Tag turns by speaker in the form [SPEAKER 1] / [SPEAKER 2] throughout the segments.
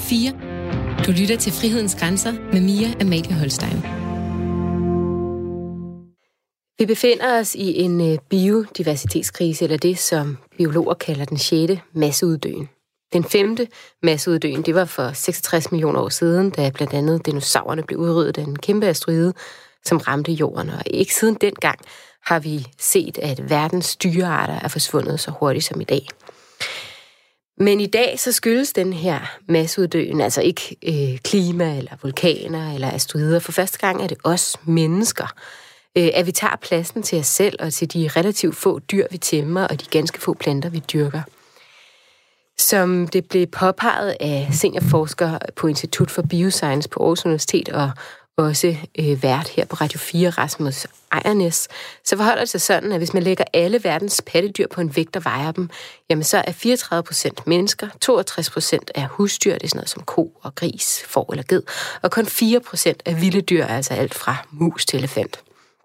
[SPEAKER 1] 4. Du lytter til Frihedens Grænser med Mia Amalie Holstein.
[SPEAKER 2] Vi befinder os i en biodiversitetskrise, eller det, som biologer kalder den 6. masseuddøen. Den 5. masseuddøen, det var for 66 millioner år siden, da blandt andet dinosaurerne blev udryddet af en kæmpe asteroide, som ramte jorden. Og ikke siden dengang har vi set, at verdens dyrearter er forsvundet så hurtigt som i dag. Men i dag så skyldes den her masseuddøen altså ikke klima eller vulkaner eller asteroider. For første gang er det os mennesker, at vi tager pladsen til os selv og til de relativt få dyr, vi tæmmer, og de ganske få planter, vi dyrker. Som det blev påpeget af seniorforsker på Institut for Bioscience på Aarhus Universitet og også vært her på Radio 4, Rasmus Ejernes, så forholder det sig sådan, at hvis man lægger alle verdens pattedyr på en vægt og vejer dem, jamen så er 34% mennesker, 62% er husdyr, det er sådan noget som ko og gris, får eller ged, og kun 4% er vilde dyr, altså alt fra mus til elefant.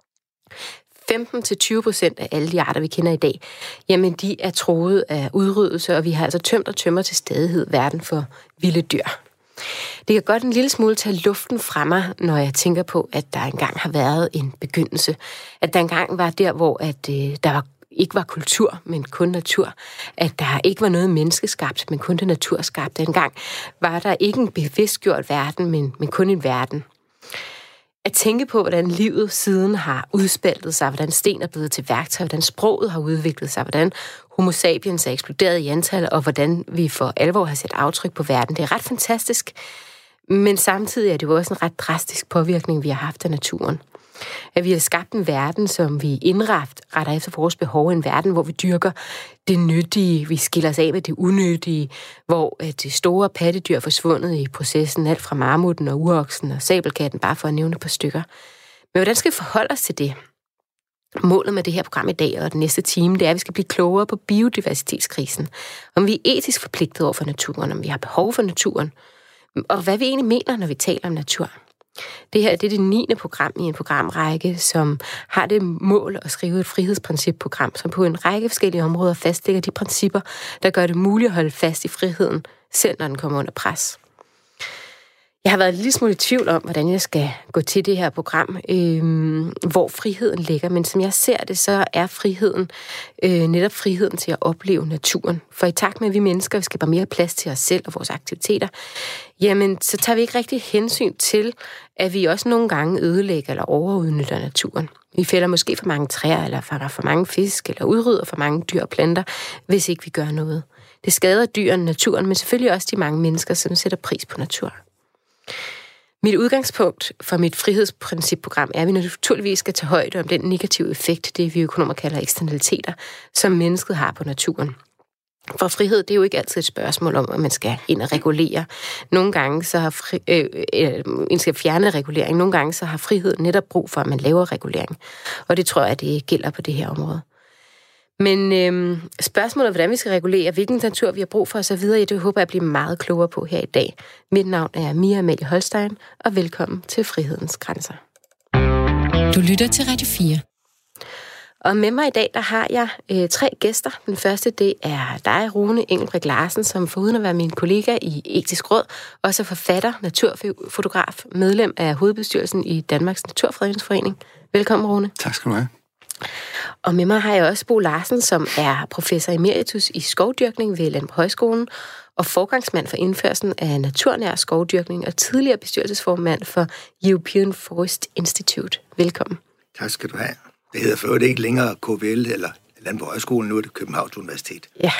[SPEAKER 2] 15-20% af alle de arter, vi kender i dag, jamen de er truet af udryddelse, og vi har altså tømt og tømmer til stadighed verden for vilde dyr. Det kan godt en lille smule tage luften fra mig, når jeg tænker på, at der engang har været en begyndelse. At der engang var der, hvor ikke var kultur, men kun natur. At der ikke var noget menneskeskabt, men kun det naturskabte. Engang var der ikke en bevidstgjort verden, men kun en verden. At tænke på, hvordan livet siden har udspaltet sig, hvordan sten er blevet til værktøj, hvordan sproget har udviklet sig, hvordan homo sapiens er eksploderet i antal, og hvordan vi for alvor har sat aftryk på verden. Det er ret fantastisk, men samtidig er det jo også en ret drastisk påvirkning, vi har haft af naturen. At vi har skabt en verden, som vi indretter efter vores behov, en verden, hvor vi dyrker det nyttige, vi skiller os af med det unyttige, hvor de store pattedyr er forsvundet i processen, alt fra marmotten og uroksen og sabelkatten, bare for at nævne et par stykker. Men hvordan skal vi forholde os til det? Målet med det her program i dag og den næste time, det er, at vi skal blive klogere på biodiversitetskrisen. Om vi er etisk forpligtet over for naturen, om vi har behov for naturen, og hvad vi egentlig mener, når vi taler om natur. Det her det er det 9. program i en programrække, som har det mål at skrive et frihedsprincipprogram, som på en række forskellige områder fastlægger de principper, der gør det muligt at holde fast i friheden, selv når den kommer under pres. Jeg har været lidt smule i tvivl om, hvordan jeg skal gå til det her program, hvor friheden ligger, men som jeg ser det, så er friheden netop friheden til at opleve naturen. For i takt med, at vi mennesker skaber mere plads til os selv og vores aktiviteter, jamen så tager vi ikke rigtig hensyn til, at vi også nogle gange ødelægger eller overudnytter naturen. Vi fælder måske for mange træer, eller fanger for mange fisk, eller udrydder for mange dyr og planter, hvis ikke vi gør noget. Det skader dyrene, naturen, men selvfølgelig også de mange mennesker, som sætter pris på natur. Mit udgangspunkt for mit frihedsprincipprogram er, at vi naturligvis skal tage højde om den negative effekt, det vi økonomer kalder eksternaliteter, som mennesket har på naturen. For frihed, det er jo ikke altid et spørgsmål om, at man skal ind og regulere. Nogle gange så har man skal fjerne regulering. Nogle gange så har frihed netop brug for, at man laver regulering. Og det tror jeg, det gælder på det her område. Men spørgsmålet, hvordan vi skal regulere, hvilken natur vi har brug for osv., det håber jeg at blive meget klogere på her i dag. Mit navn er Mia Amalie Holstein, og velkommen til Frihedens Grænser.
[SPEAKER 1] Du lytter til Radio 4.
[SPEAKER 2] Og med mig i dag, der har jeg 3 gæster. Den første, det er dig, Rune Engelbrek Larsen, som foruden at være min kollega i Etisk Råd, også er forfatter, naturfotograf, medlem af hovedbestyrelsen i Danmarks Naturfredningsforening. Velkommen, Rune.
[SPEAKER 3] Tak skal du have.
[SPEAKER 2] Og med mig har jeg også Bo Larsen, som er professor emeritus i skovdyrkning ved Landbrugshøjskolen og forgangsmand for indførelsen af naturnær skovdyrkning og tidligere bestyrelsesformand for European Forest Institute. Velkommen.
[SPEAKER 3] Tak skal du have. Det hedder for ikke længere KVL eller Landbrugshøjskolen, nu er det Københavns Universitet.
[SPEAKER 2] Ja.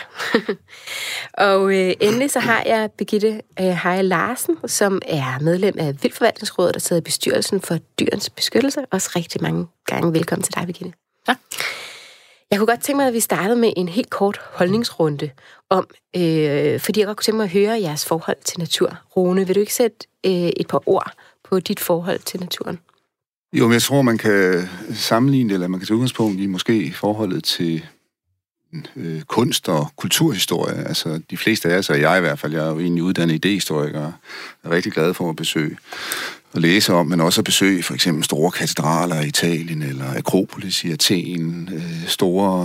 [SPEAKER 2] Og endelig så har jeg Birgitte Heje Larsen, som er medlem af Vildtforvaltningsrådet og sidder i bestyrelsen for Dyrens Beskyttelse. Også rigtig mange gange velkommen til dig, Birgitte.
[SPEAKER 4] Tak.
[SPEAKER 2] Jeg kunne godt tænke mig, at vi startede med en helt kort holdningsrunde om, fordi jeg godt kunne tænke mig at høre jeres forhold til natur. Rune, vil du ikke sætte et par ord på dit forhold til naturen?
[SPEAKER 5] Jo, men jeg tror, man kan sammenligne det, eller man kan tage udgangspunkt i måske forholdet til kunst og kulturhistorie. Altså, de fleste af os, og jeg i hvert fald, jeg er jo egentlig uddannet idéhistoriker, og er rigtig glad for at besøge og læse om, men også at besøge for eksempel store katedraler i Italien, eller Akropolis i Athen, store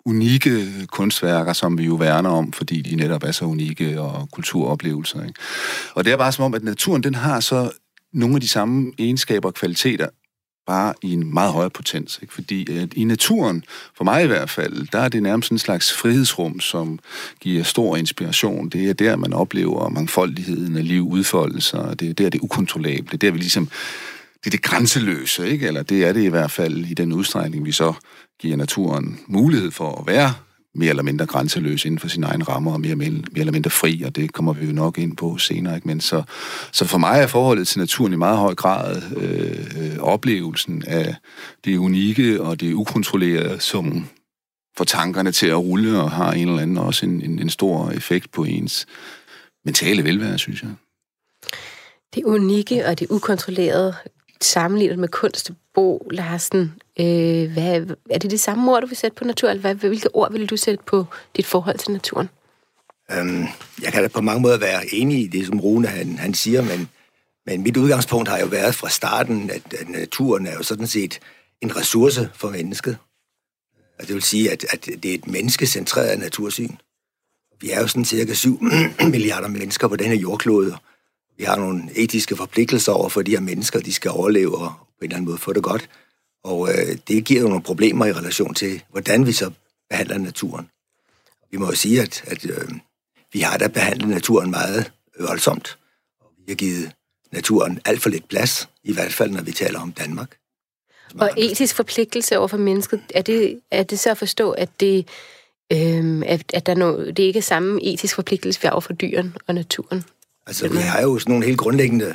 [SPEAKER 5] unikke kunstværker, som vi jo værner om, fordi de netop er så unikke og kulturoplevelser. Ikke? Og det er bare som om, at naturen, den har så nogle af de samme egenskaber og kvaliteter, bare i en meget højere potens. Ikke? Fordi i naturen, for mig i hvert fald, der er det nærmest en slags frihedsrum, som giver stor inspiration. Det er der, man oplever mangfoldigheden af liv, udfoldelser, det er der, det ukontrollable. Det er der, vi ligesom, det er det grænseløse, ikke? Eller det er det i hvert fald i den udstrækning, vi så giver naturen mulighed for at være mere eller mindre grænseløs inden for sine egne rammer, og mere eller mindre fri, og det kommer vi jo nok ind på senere. Ikke? Men så for mig er forholdet til naturen i meget høj grad oplevelsen af det unikke og det ukontrollerede, som får tankerne til at rulle, og har en eller anden også en stor effekt på ens mentale velvære, synes jeg.
[SPEAKER 2] Det unikke og det ukontrollerede sammenlignet med kunst. Bo Larsen, er det samme ord, du vil sætte på natur, eller hvilke ord vil du sætte på dit forhold til naturen?
[SPEAKER 3] Jeg kan da på mange måder være enig i det, som Rune han siger, men mit udgangspunkt har jo været fra starten, at naturen er jo sådan set en ressource for mennesket. Og det vil sige, at det er et menneskecentreret natursyn. Vi er jo sådan cirka 7 milliarder mennesker på denne jordklode. Vi har nogle etiske forpligtelser over for de her mennesker, de skal overleve og på en eller anden måde få det godt. Og det giver jo nogle problemer i relation til, hvordan vi så behandler naturen. Vi må jo sige, at vi har da behandlet naturen meget voldsomt. Og vi har givet naturen alt for lidt plads, i hvert fald når vi taler om Danmark.
[SPEAKER 2] Og etisk forpligtelse over for mennesket, er det så at forstå, at det ikke er samme etisk forpligtelse, vi har over for dyren og naturen?
[SPEAKER 3] Altså, vi har jo sådan nogle helt grundlæggende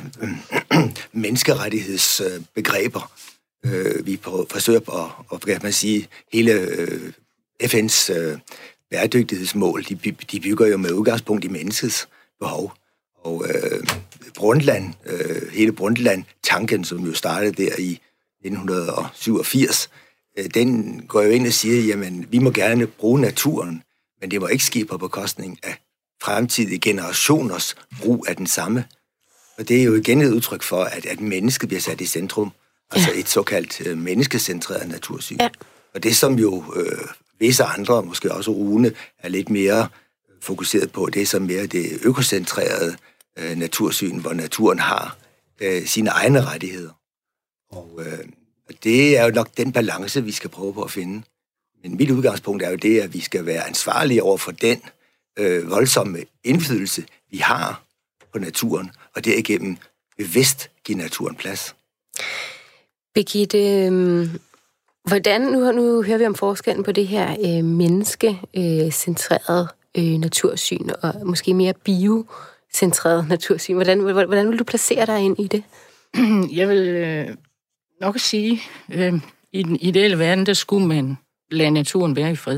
[SPEAKER 3] menneskerettighedsbegreber. Vi forsøger at kan man sige, hele FN's bæredygtighedsmål, de bygger jo med udgangspunkt i menneskets behov. Og hele Brundtland-tanken, som jo startede der i 1987, den går jo ind og siger, jamen, vi må gerne bruge naturen, men det må ikke ske på bekostning af fremtidige generationers brug af den samme. Og det er jo igen et udtryk for, at mennesket bliver sat i centrum. Altså et såkaldt menneskecentreret natursyn. Ja. Og det, som jo visse andre, måske også Rune, er lidt mere fokuseret på, det er så mere det økocentrerede natursyn, hvor naturen har sine egne rettigheder. Og det er jo nok den balance, vi skal prøve på at finde. Men mit udgangspunkt er jo det, at vi skal være ansvarlige over for den voldsomme indflydelse, vi har på naturen, og derigennem bevidst give naturen plads.
[SPEAKER 2] Birgitte, hvordan, nu hører vi om forskellen på det her menneskecentrerede natursyn, og måske mere biocentreret natursyn. Hvordan vil du placere dig ind i det?
[SPEAKER 4] Jeg vil nok sige, i den ideelle verden, der skulle man lade naturen være i fred.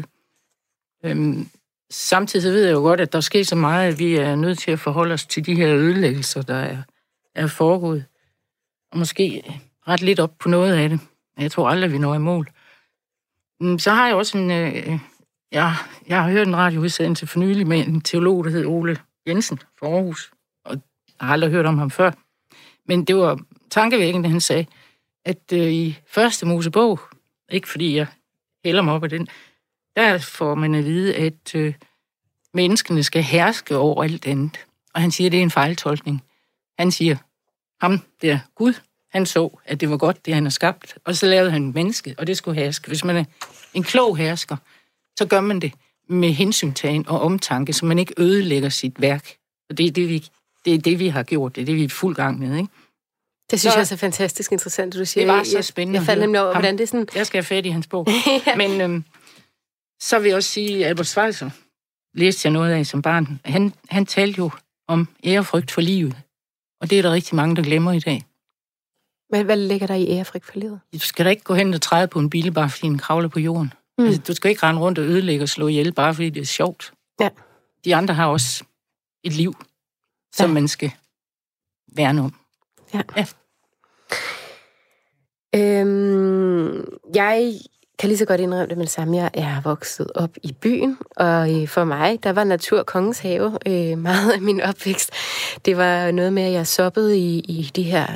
[SPEAKER 4] Samtidig så ved jeg jo godt, at der sker så meget, at vi er nødt til at forholde os til de her ødelæggelser, der er foregået. Og måske ret lidt op på noget af det. Jeg tror aldrig, vi når i mål. Så har jeg også jeg har hørt en radioudsendelse for nylig med en teolog, der hed Ole Jensen fra Aarhus. Og jeg har aldrig hørt om ham før. Men det var tankevækkende, han sagde, at i første Mosebog, ikke fordi jeg hælder mig op af den, der får man at vide, at menneskene skal herske over alt andet. Og han siger, at det er en fejltolkning. Han siger, ham der Gud, han så, at det var godt, det han har skabt, og så lavede han et menneske, og det skulle herske. Hvis man er en klog hersker, så gør man det med hensyntagen og omtanke, så man ikke ødelægger sit værk. Og det er det, vi har gjort. Det er det, vi er i fuld gang med, ikke?
[SPEAKER 2] Det synes jeg også er fantastisk interessant, du siger.
[SPEAKER 4] Det var så spændende.
[SPEAKER 2] Jeg faldt nemlig over, hvordan det er sådan...
[SPEAKER 4] Jeg skal have fat i hans bog. Ja. Men så vil jeg også sige, at Albert Schweitzer læste jeg noget af som barn. Han talte jo om ærefrygt for livet. Og det er der rigtig mange, der glemmer i dag.
[SPEAKER 2] Hvad ligger der i ærefrygt for livet?
[SPEAKER 4] Du skal da ikke gå hen og træde på en bille, bare fordi den kravler på jorden. Altså, du skal ikke rende rundt og ødelægge og slå ihjel, bare fordi det er sjovt. Ja. De andre har også et liv, som man skal værne om.
[SPEAKER 2] Ja. Jeg kan lige så godt indrømme det med det samme. Jeg er vokset op i byen, og for mig, der var natur kongens have meget af min opvækst. Det var noget med, at jeg soppede i de her,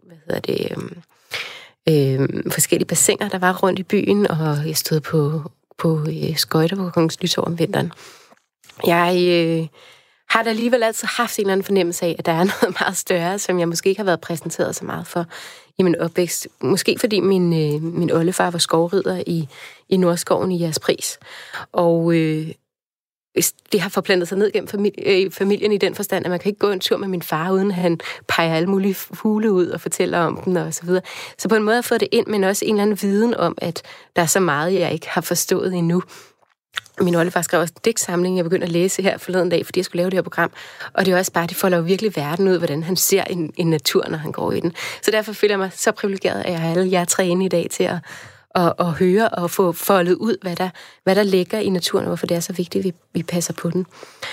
[SPEAKER 2] forskellige bassiner, der var rundt i byen, og jeg stod på på skøjter på Kongens Nytorv om vinteren. Jeg har da alligevel altid haft en eller anden fornemmelse af, at der er noget meget større, som jeg måske ikke har været præsenteret så meget for i min opvækst. Måske fordi min oldefar var skovrider i Nordskoven i Jægerspris. Og det har forplantet sig ned gennem familien i den forstand, at man kan ikke gå en tur med min far, uden han peger alle mulige fugle ud og fortæller om dem og så videre. Så på en måde har jeg fået det ind, men også en eller anden viden om, at der er så meget, jeg ikke har forstået endnu. Min oldefar skrev også en digtsamling, jeg begyndte at læse her forleden dag, fordi jeg skulle lave det her program. Og det er også bare, de folder jo virkelig verden ud, hvordan han ser en natur, når han går i den. Så derfor føler jeg mig så privilegeret, at jeg har alle jer tre inde i dag til at høre og få foldet ud, hvad der ligger i naturen, og hvorfor det er så vigtigt, at vi passer på den.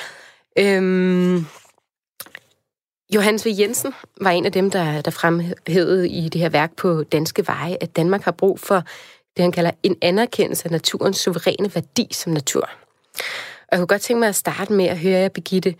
[SPEAKER 2] Johannes V. Jensen var en af dem, der fremhævede i det her værk på Danske Veje, at Danmark har brug for det, han kalder en anerkendelse af naturens suveræne værdi som natur. Og jeg kunne godt tænke mig at starte med at høre jer, Birgitte.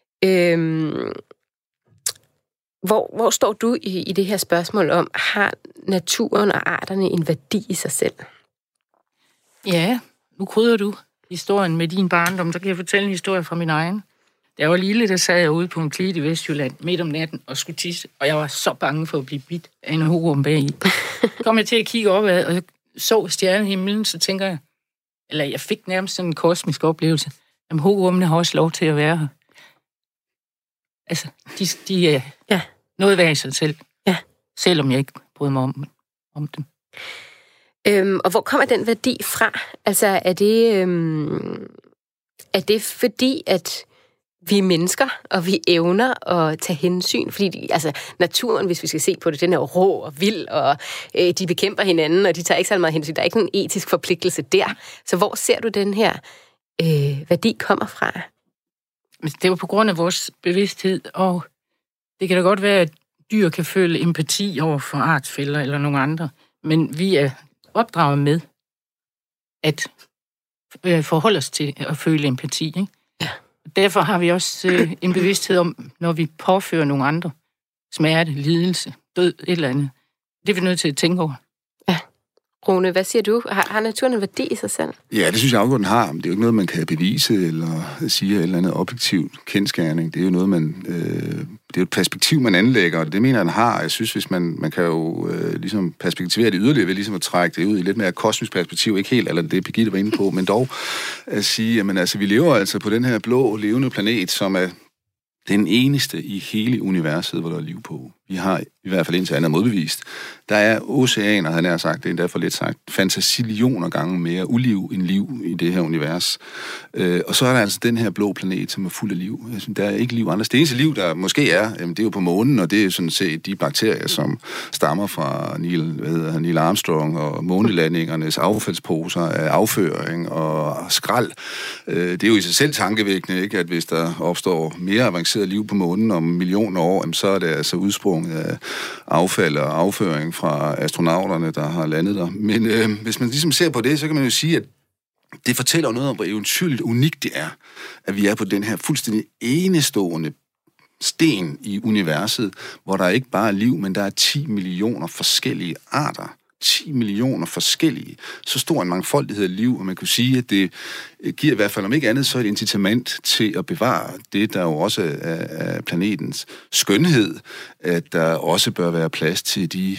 [SPEAKER 2] Hvor står du i det her spørgsmål om, har naturen og arterne en værdi i sig selv?
[SPEAKER 4] Ja, nu krydder du historien med din barndom, så kan jeg fortælle en historie fra min egen. Da jeg var lille, der sad jeg ude på en klite i Vestjylland midt om natten og skulle tisse, og jeg var så bange for at blive bidt af en hugorm bagi. Så kom jeg til at kigge opad, og jeg så stjernehimlen, så tænker jeg, eller jeg fik nærmest sådan en kosmisk oplevelse, at hugormene har også lov til at være her. Altså, de er noget værd i sig selv. Ja. Selvom jeg ikke bryder mig om dem.
[SPEAKER 2] Og hvor kommer den værdi fra? Altså, er det fordi, at vi er mennesker, og vi evner at tage hensyn? Fordi naturen, hvis vi skal se på det, den er rå og vild, og de bekæmper hinanden, og de tager ikke så meget hensyn. Der er ikke nogen etisk forpligtelse der. Så hvor ser du den her værdi kommer fra?
[SPEAKER 4] Det var på grund af vores bevidsthed, og det kan da godt være, at dyr kan føle empati over for artsfæller eller nogle andre, men vi er opdraget med at forholde os til at føle empati, ikke? Ja. Derfor har vi også en bevidsthed om, når vi påfører nogle andre smerte, lidelse, død, et eller andet. Det er vi nødt til at tænke over.
[SPEAKER 2] Ja. Rune, hvad siger du? Har naturen en værdi i sig selv?
[SPEAKER 5] Ja, det synes jeg afgjort, den har. Men det er jo ikke noget, man kan bevise eller sige et eller andet objektivt kendsgerning. Det er jo noget, det er jo et perspektiv, man anlægger, og det mener den har. Jeg synes, hvis man kan jo ligesom perspektivere det yderligere ved ligesom at trække det ud i lidt mere kosmisk perspektiv, ikke helt, eller det Birgitte var inde på, men dog at sige, jamen altså, vi lever altså på den her blå, levende planet, som er den eneste i hele universet, hvor der er liv på. Vi har i hvert fald indtil andet modbevist. Der er oceaner, han har sagt, det er endda for lidt sagt, fantasillioner gange mere uliv end liv i det her univers. Og så er der altså den her blå planet, som er fuld af liv. Der er ikke liv andre. Det eneste liv, der måske er, det er jo på månen, og det er sådan set de bakterier, som stammer fra Neil Armstrong og månelandingernes affaldsposer af afføring og skrald. Det er jo i sig selv tankevækkende, ikke, at hvis der opstår mere avanceret liv på månen om millioner år, så er det altså udsprunget af affald og afføring fra astronauterne, der har landet der. Men hvis man ligesom ser på det, så kan man jo sige, at det fortæller noget om, hvor eventyrligt unikt det er, at vi er på den her fuldstændig enestående sten i universet, hvor der ikke bare er liv, men der er 10 millioner forskellige arter. 10 millioner forskellige. Så stor en mangfoldighed af liv, og man kunne sige, at det giver i hvert fald, om ikke andet, så et incitament til at bevare det, der jo også er planetens skønhed, at der også bør være plads til de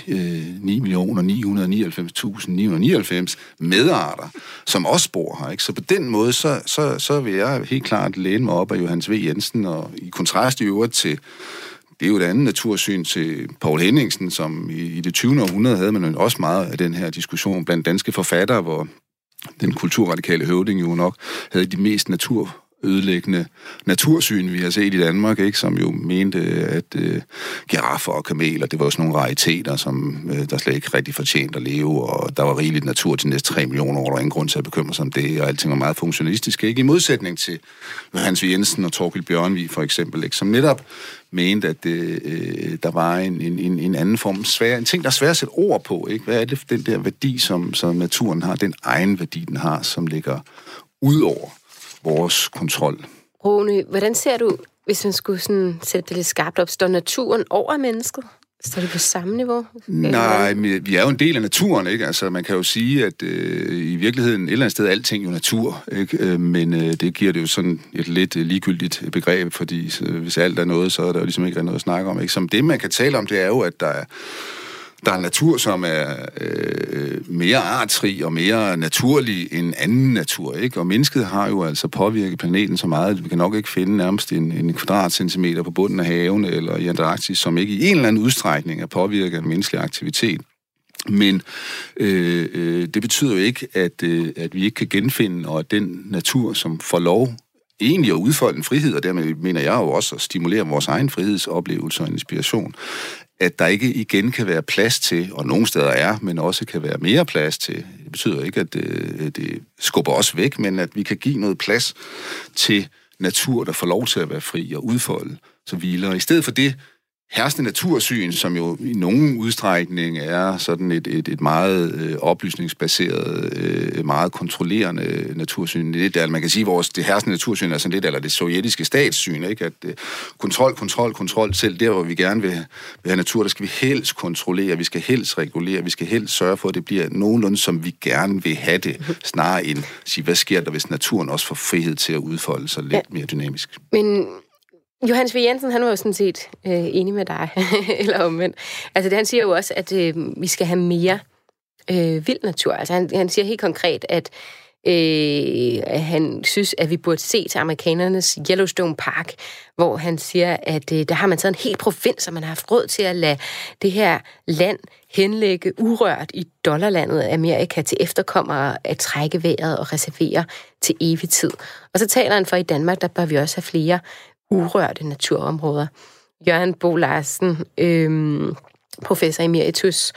[SPEAKER 5] 9.999.999 medarter, som også bor her. Ikke? Så på den måde, så vil jeg helt klart læne mig op af Johannes V. Jensen, og i kontrast i øvrigt til det er jo et andet natursyn til Poul Henningsen, som i det 20. århundrede havde man også meget af den her diskussion blandt danske forfattere, hvor den kulturradikale høvding jo nok havde de mest ødelæggende natursyn, vi har set i Danmark, ikke? Som jo mente, at giraffer og kameler, det var jo sådan nogle rariteter, som der slet ikke rigtig fortjente at leve, og der var rigeligt natur til næste 3 millioner år, der var ingen grund til at bekymre sig om det, og alting var meget funktionalistisk, ikke? I modsætning til Hans V. Jensen og Thorkild Bjørnvig, for eksempel, ikke? Som netop mente, at der var en anden form, en ting, der er svært at sætte ord på, ikke? Hvad er det for den der værdi, som naturen har, den egen værdi, den har, som ligger ud over vores kontrol.
[SPEAKER 2] Rune, hvordan ser du, hvis man skulle sådan sætte det lidt skarpt op, står naturen over mennesket? Så er det på samme niveau?
[SPEAKER 5] Nej, vi er jo en del af naturen, ikke? Altså, man kan jo sige, at i virkeligheden et eller andet sted er alting jo natur, ikke? Men det giver det jo sådan et lidt ligegyldigt begreb, fordi hvis alt er noget, så er der jo ligesom ikke noget at snakke om, ikke? Som det, man kan tale om, det er jo, at der er natur, som er mere artsrig og mere naturlig end anden natur, ikke? Og mennesket har jo altså påvirket planeten så meget, at vi kan nok ikke finde nærmest en kvadratcentimeter på bunden af haven eller i Antarktis, som ikke i en eller anden udstrækning er påvirket af menneskelig aktivitet. Men det betyder jo ikke, at vi ikke kan genfinde, og at den natur, som får lov egentlig at udfolde en frihed, og dermed mener jeg jo også at stimulere vores egen frihedsoplevelse og inspiration, at der ikke igen kan være plads til, og nogle steder er, men også kan være mere plads til. Det betyder ikke, at det skubber os væk, men at vi kan give noget plads til natur, der får lov til at være fri og udfolde så hviler. I stedet for det herskende natursyn, som jo i nogen udstrækning er sådan et meget oplysningsbaseret, meget kontrollerende natursyn. Det er, man kan sige, at det herskende natursyn er sådan lidt, eller det sovjetiske statssyn, ikke? At kontrol, selv der, hvor vi gerne vil have natur, der skal vi helst kontrollere, vi skal helst regulere, vi skal helst sørge for, at det bliver nogenlunde, som vi gerne vil have det, snarere end sige, hvad sker der, hvis naturen også får frihed til at udfolde sig lidt mere dynamisk.
[SPEAKER 2] Men Johannes V. Jensen, han var jo sådan set enig med dig, eller omvendt. Altså det, han siger jo også, at vi skal have mere vild natur. Altså han siger helt konkret, at han synes, at vi burde se til amerikanernes Yellowstone Park, hvor han siger, at der har man taget en hel provins, og man har haft råd til at lade det her land henlægge urørt i dollarlandet Amerika til efterkommere at trække vejret og reservere til evig tid. Og så taler han for, i Danmark, der bør vi også have flere urørte naturområder. Jørgen Bo Larsen, professor emeritus.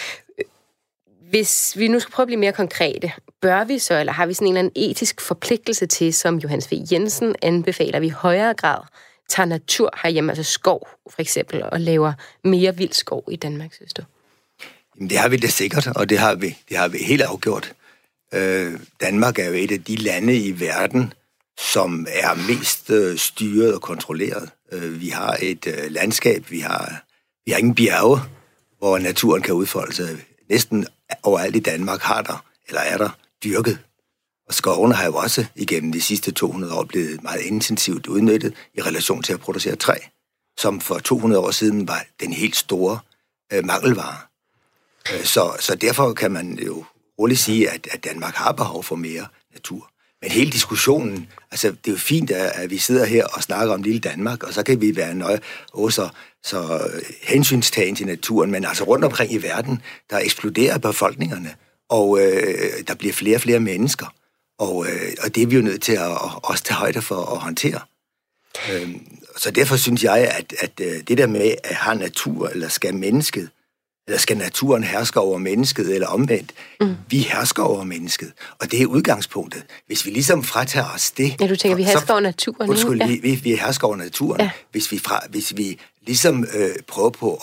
[SPEAKER 2] Hvis vi nu skal prøve at blive mere konkrete, bør vi så, eller har vi sådan en eller anden etisk forpligtelse til, som Johannes V. Jensen anbefaler, vi i højere grad tager natur herhjemme, altså skov for eksempel, og laver mere vild skov i Danmark, synes du?
[SPEAKER 3] Jamen, det har vi da sikkert, og det har vi helt afgjort. Danmark er jo et af de lande i verden, som er mest styret og kontrolleret. Vi har et landskab, vi har ingen bjerge, hvor naturen kan udfolde sig. Næsten overalt i Danmark er der dyrket. Og skovene har jo også igennem de sidste 200 år blevet meget intensivt udnyttet i relation til at producere træ, som for 200 år siden var den helt store mangelvare. Så derfor kan man jo roligt sige, at Danmark har behov for mere natur. Men hele diskussionen, altså det er jo fint, at vi sidder her og snakker om lille Danmark, og så kan vi være nøje så hensynstagen til naturen, men altså rundt omkring i verden, der eksploderer befolkningerne, og der bliver flere og flere mennesker, og det er vi jo nødt til at også tage højde for at håndtere. Så derfor synes jeg, at det der med at have natur, eller skal naturen herske over mennesket, eller omvendt? Vi hersker over mennesket, og det er udgangspunktet. Hvis vi ligesom fratager os det...
[SPEAKER 2] Ja, du tænker, vi hersker over naturen.
[SPEAKER 3] Vi hersker over naturen. Ja. Hvis vi ligesom prøver på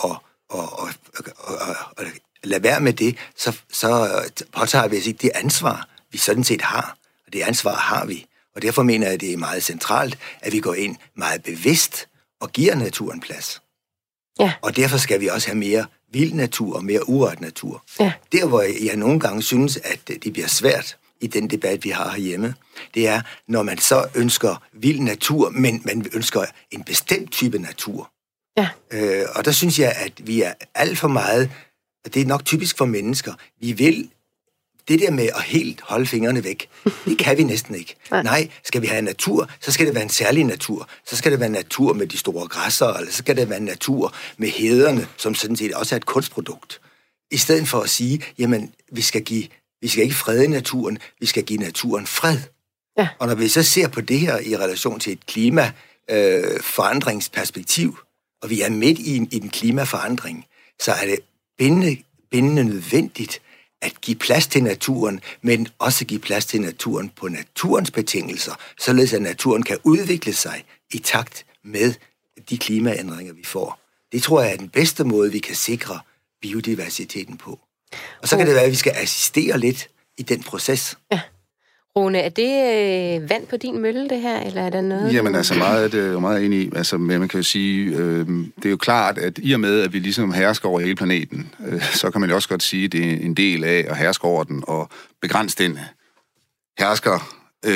[SPEAKER 3] at lade være med det, så påtager vi os ikke det ansvar, vi sådan set har. Og det ansvar har vi. Og derfor mener jeg, at det er meget centralt, at vi går ind meget bevidst og giver naturen plads. Ja. Og derfor skal vi også have mere vild natur og mere urørt natur. Ja. Der, hvor jeg nogle gange synes, at det bliver svært i den debat, vi har herhjemme, det er, når man så ønsker vild natur, men man ønsker en bestemt type natur. Ja. Og der synes jeg, at vi er alt for meget, og det er nok typisk for mennesker, vi vil det der med at helt holde fingrene væk, det kan vi næsten ikke. Nej, skal vi have natur, så skal det være en særlig natur. Så skal det være natur med de store græsser, eller så skal det være natur med hederne, som sådan set også er et kunstprodukt. I stedet for at sige, jamen, vi skal ikke frede naturen, vi skal give naturen fred. Ja. Og når vi så ser på det her i relation til et klimaforandringsperspektiv, og vi er midt i en klimaforandring, så er det bindende nødvendigt, at give plads til naturen, men også give plads til naturen på naturens betingelser, således at naturen kan udvikle sig i takt med de klimaændringer, vi får. Det tror jeg er den bedste måde, vi kan sikre biodiversiteten på. Og så kan det være, at vi skal assistere lidt i den proces. Ja.
[SPEAKER 2] Rune, er det vand på din mølle, det her, eller er der noget?
[SPEAKER 5] Jamen altså, meget af det er jo meget enig i. Altså, man kan jo sige, det er jo klart, at i og med, at vi ligesom hersker over hele planeten, så kan man jo også godt sige, at det er en del af at herske over den og begrænse den hersker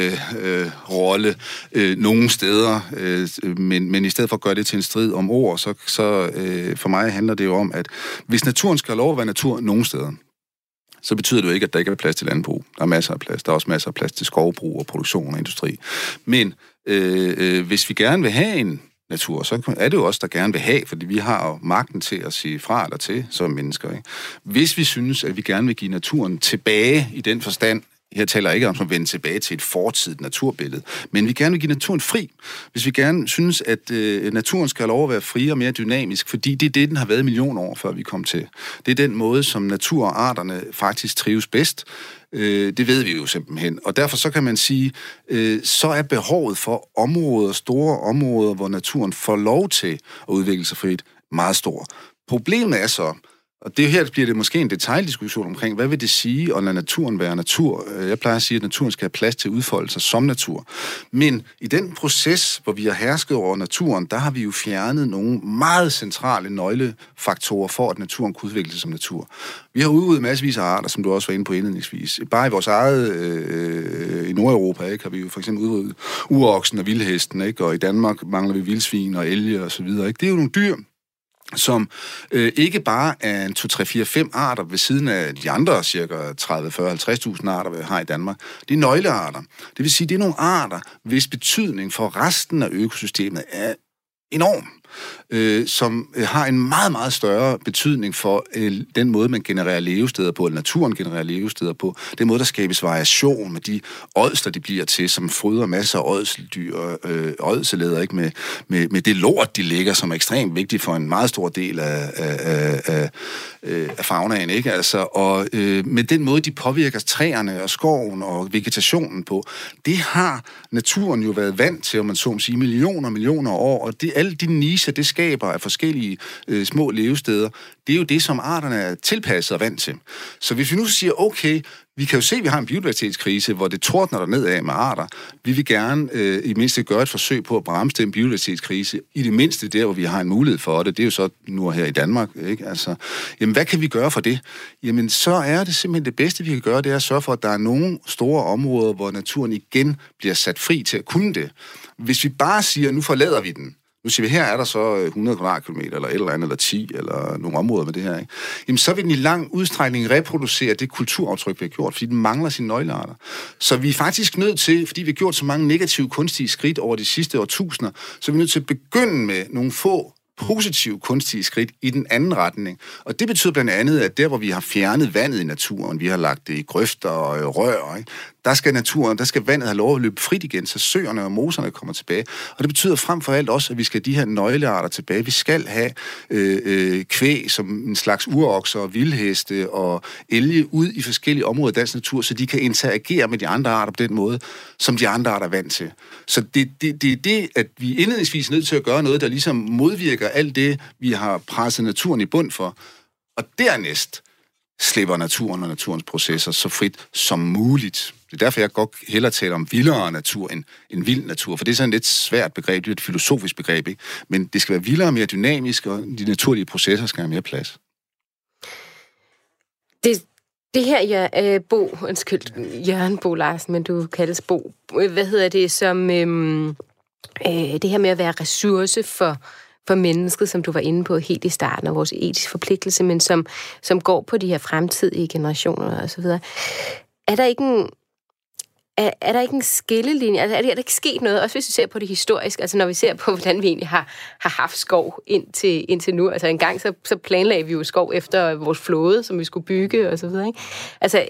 [SPEAKER 5] rolle nogle steder, men i stedet for at gøre det til en strid om ord, så for mig handler det jo om, at hvis naturen skal have lov at være natur nogle steder, så betyder det jo ikke, at der ikke er plads til landbrug. Der er masser af plads. Der er også masser af plads til skovbrug og produktion og industri. Men hvis vi gerne vil have en natur, så er det jo også der gerne vil have, fordi vi har jo magten til at sige fra eller til som mennesker. Ikke? Hvis vi synes, at vi gerne vil give naturen tilbage i den forstand, her taler jeg ikke om at vende tilbage til et fortidigt naturbillede, men vi gerne vil give naturen fri. Hvis vi gerne synes, at naturen skal have lov at være fri og mere dynamisk, fordi det er det, den har været i millioner år, før vi kom til. Det er den måde, som naturarterne faktisk trives bedst. Det ved vi jo simpelthen. Og derfor så kan man sige, så er behovet for områder, store områder, hvor naturen får lov til at udvikle sig frit, meget stor. Problemet er så, og det her bliver det måske en detaildiskussion omkring, hvad vil det sige at lade naturen være natur? Jeg plejer at sige, at naturen skal have plads til udfoldelse som natur. Men i den proces, hvor vi har hersket over naturen, der har vi jo fjernet nogle meget centrale nøglefaktorer for, at naturen kunne udvikle sig som natur. Vi har udryddet massevis af arter, som du også var inde på indledningsvis. Bare i vores eget, i Nordeuropa, ikke, har vi jo for eksempel udryddet uroksen og vildhesten, ikke? Og i Danmark mangler vi vildsvin og elge og så videre. Ikke? Det er jo nogle dyr, som ikke bare er en 2, 3, 4, 5 arter ved siden af de andre cirka 30, 40, 50.000 arter, vi har i Danmark. Det er nøglearter. Det vil sige, det er nogle arter, hvis betydning for resten af økosystemet er enorm, som har en meget, meget større betydning for den måde, man genererer levesteder på, eller naturen genererer levesteder på. Den måde, der skabes variation med de ådsler, de bliver til, som fryder masser af ådseldyr, ådseleder, ikke? Med det lort, de ligger, som er ekstremt vigtigt for en meget stor del af faunaen, ikke? Altså, og med den måde, de påvirker træerne og skoven og vegetationen på, det har naturen jo været vant til, om man så må sige, millioner år, og alle de nicher, det skaber af forskellige små levesteder, det er jo det, som arterne er tilpasset og vant til. Så hvis vi nu siger, okay, vi kan jo se, at vi har en biodiversitetskrise, hvor det tordner der nedad med arter. Vi vil gerne i mindste gøre et forsøg på at bremse den biodiversitetskrise, i det mindste der, hvor vi har en mulighed for det. Det er jo så nu her i Danmark, ikke? Altså, jamen, hvad kan vi gøre for det? Jamen, så er det simpelthen det bedste, vi kan gøre, det er at sørge for, at der er nogle store områder, hvor naturen igen bliver sat fri til at kunne det. Hvis vi bare siger, nu forlader vi den, nu siger vi, her er der så 100 kvadratkilometer, eller et eller andet, eller 10, eller nogle områder med det her, ikke? Jamen, så vil den i lang udstrækning reproducere det kulturaftryk, vi har gjort, fordi den mangler sine nøglearter. Så vi er faktisk nødt til, fordi vi har gjort så mange negative kunstige skridt over de sidste årtusinder, så er vi nødt til at begynde med nogle få positive kunstige skridt i den anden retning. Og det betyder blandt andet, at der, hvor vi har fjernet vandet i naturen, vi har lagt det i grøfter og rør, ikke? Der skal vandet have lov at løbe frit igen, så søerne og moserne kommer tilbage. Og det betyder frem for alt også, at vi skal have de her nøglearter tilbage. Vi skal have kvæg som en slags urokser og vildheste og elge ud i forskellige områder af dansk natur, så de kan interagere med de andre arter på den måde, som de andre arter er vant til. Så det er det, at vi indledningsvis er nødt til at gøre noget, der ligesom modvirker alt det, vi har presset naturen i bund for. Og dernæst slipper naturen og naturens processer så frit som muligt. Det er derfor, jeg godt hellere taler om vildere natur end vild natur, for det er sådan et lidt svært begreb, det er et filosofisk begreb, ikke? Men det skal være vildere og mere dynamisk, og de naturlige processer skal have mere plads.
[SPEAKER 2] Det her, Jørgen Bo Larsen, men du kaldes Bo. Hvad hedder det som det her med at være ressource for mennesket, som du var inde på helt i starten af vores etiske forpligtelse, men som går på de her fremtidige generationer og så videre. Er der ikke en skillelinje? Altså, er der ikke sket noget? Også hvis vi ser på det historisk, altså når vi ser på, hvordan vi egentlig har haft skov indtil nu. Altså engang så planlagde vi jo skov efter vores flåde, som vi skulle bygge og så videre, ikke? Altså,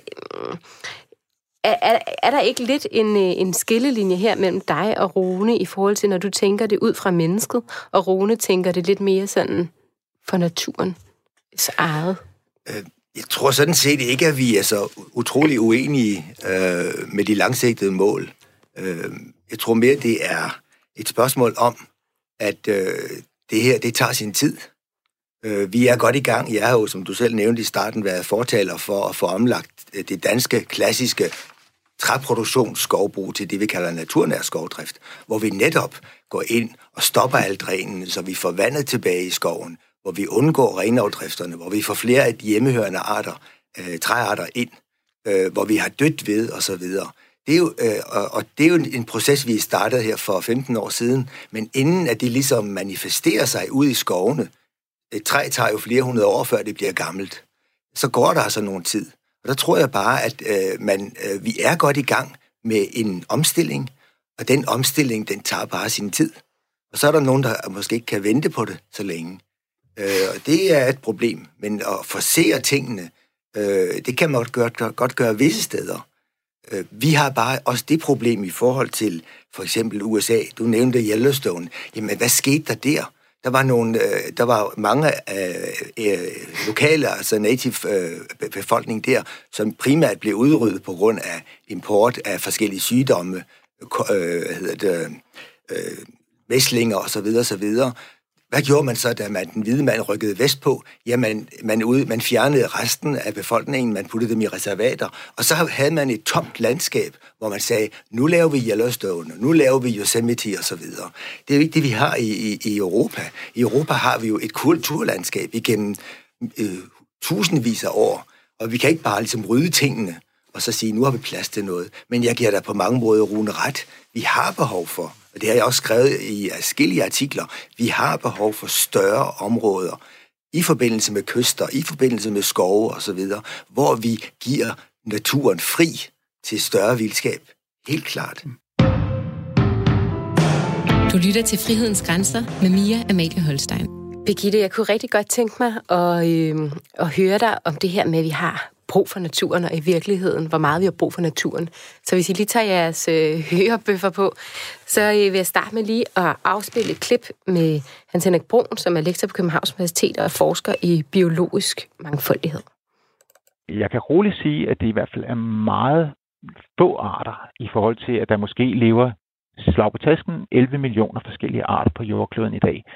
[SPEAKER 2] er der ikke lidt en skillelinje her mellem dig og Rune i forhold til, når du tænker det ud fra mennesket, og Rune tænker det lidt mere sådan for naturen eget?
[SPEAKER 3] Jeg tror sådan set ikke, at vi er så utrolig uenige med de langsigtede mål. Jeg tror mere, det er et spørgsmål om, at det her, det tager sin tid. Vi er godt i gang. Jeg har jo, som du selv nævnte i starten, været fortaler for at få omlagt det danske klassiske træproduktionsskovbrug til det, vi kalder naturnær skovdrift, hvor vi netop går ind og stopper alle drænene, så vi får vandet tilbage i skoven, hvor vi undgår renafdrifterne, hvor vi får flere af de hjemmehørende arter, træarter ind, hvor vi har dødt ved og så videre. Det er jo, og det er jo en proces, vi startede her for 15 år siden, men inden at det ligesom manifesterer sig ud i skovene, et træ tager jo flere hundrede år, før det bliver gammelt, så går der altså nogen tid. Og der tror jeg bare, at vi er godt i gang med en omstilling, og den omstilling, den tager bare sin tid. Og så er der nogen, der måske ikke kan vente på det så længe. Og det er et problem, men at forsere tingene, det kan man godt gøre visse steder. Vi har bare også det problem i forhold til for eksempel USA. Du nævnte Yellowstone. Jamen, hvad skete der der? Der var mange lokale, altså native befolkning der, som primært blev udryddet på grund af import af forskellige sygdomme, mæslinger osv. Hvad gjorde man så, da den hvide mand rykkede vestpå? Jamen, man fjernede resten af befolkningen, man puttede dem i reservater, og så havde man et tomt landskab, hvor man sagde, nu laver vi Yellowstone, nu laver vi Yosemite osv. Det er jo ikke det, vi har i Europa. I Europa har vi jo et kulturlandskab igennem tusindvis af år, og vi kan ikke bare ligesom rydde tingene, og så sige, nu har vi plads til noget. Men jeg giver dig på mange måder Rune ret. Vi har behov for, og det har jeg også skrevet i adskillige artikler, vi har behov for større områder i forbindelse med kyster, i forbindelse med skove osv., hvor vi giver naturen fri til større vildskab. Helt klart.
[SPEAKER 1] Du lytter til Frihedens Grænser med Mia Amalie Holstein.
[SPEAKER 2] Birgitte, jeg kunne rigtig godt tænke mig at høre dig om det her med, at vi har brug for naturen, og i virkeligheden, hvor meget vi har brug for naturen. Så hvis I lige tager jeres hørebøffer på, så vil jeg starte med lige at afspille et klip med Hans Henrik Bruun, som er lektor på Københavns Universitet og er forsker i biologisk mangfoldighed.
[SPEAKER 6] Jeg kan roligt sige, at det i hvert fald er meget få arter i forhold til, at der måske lever slag på tasken 11 millioner forskellige arter på jordkloden i dag.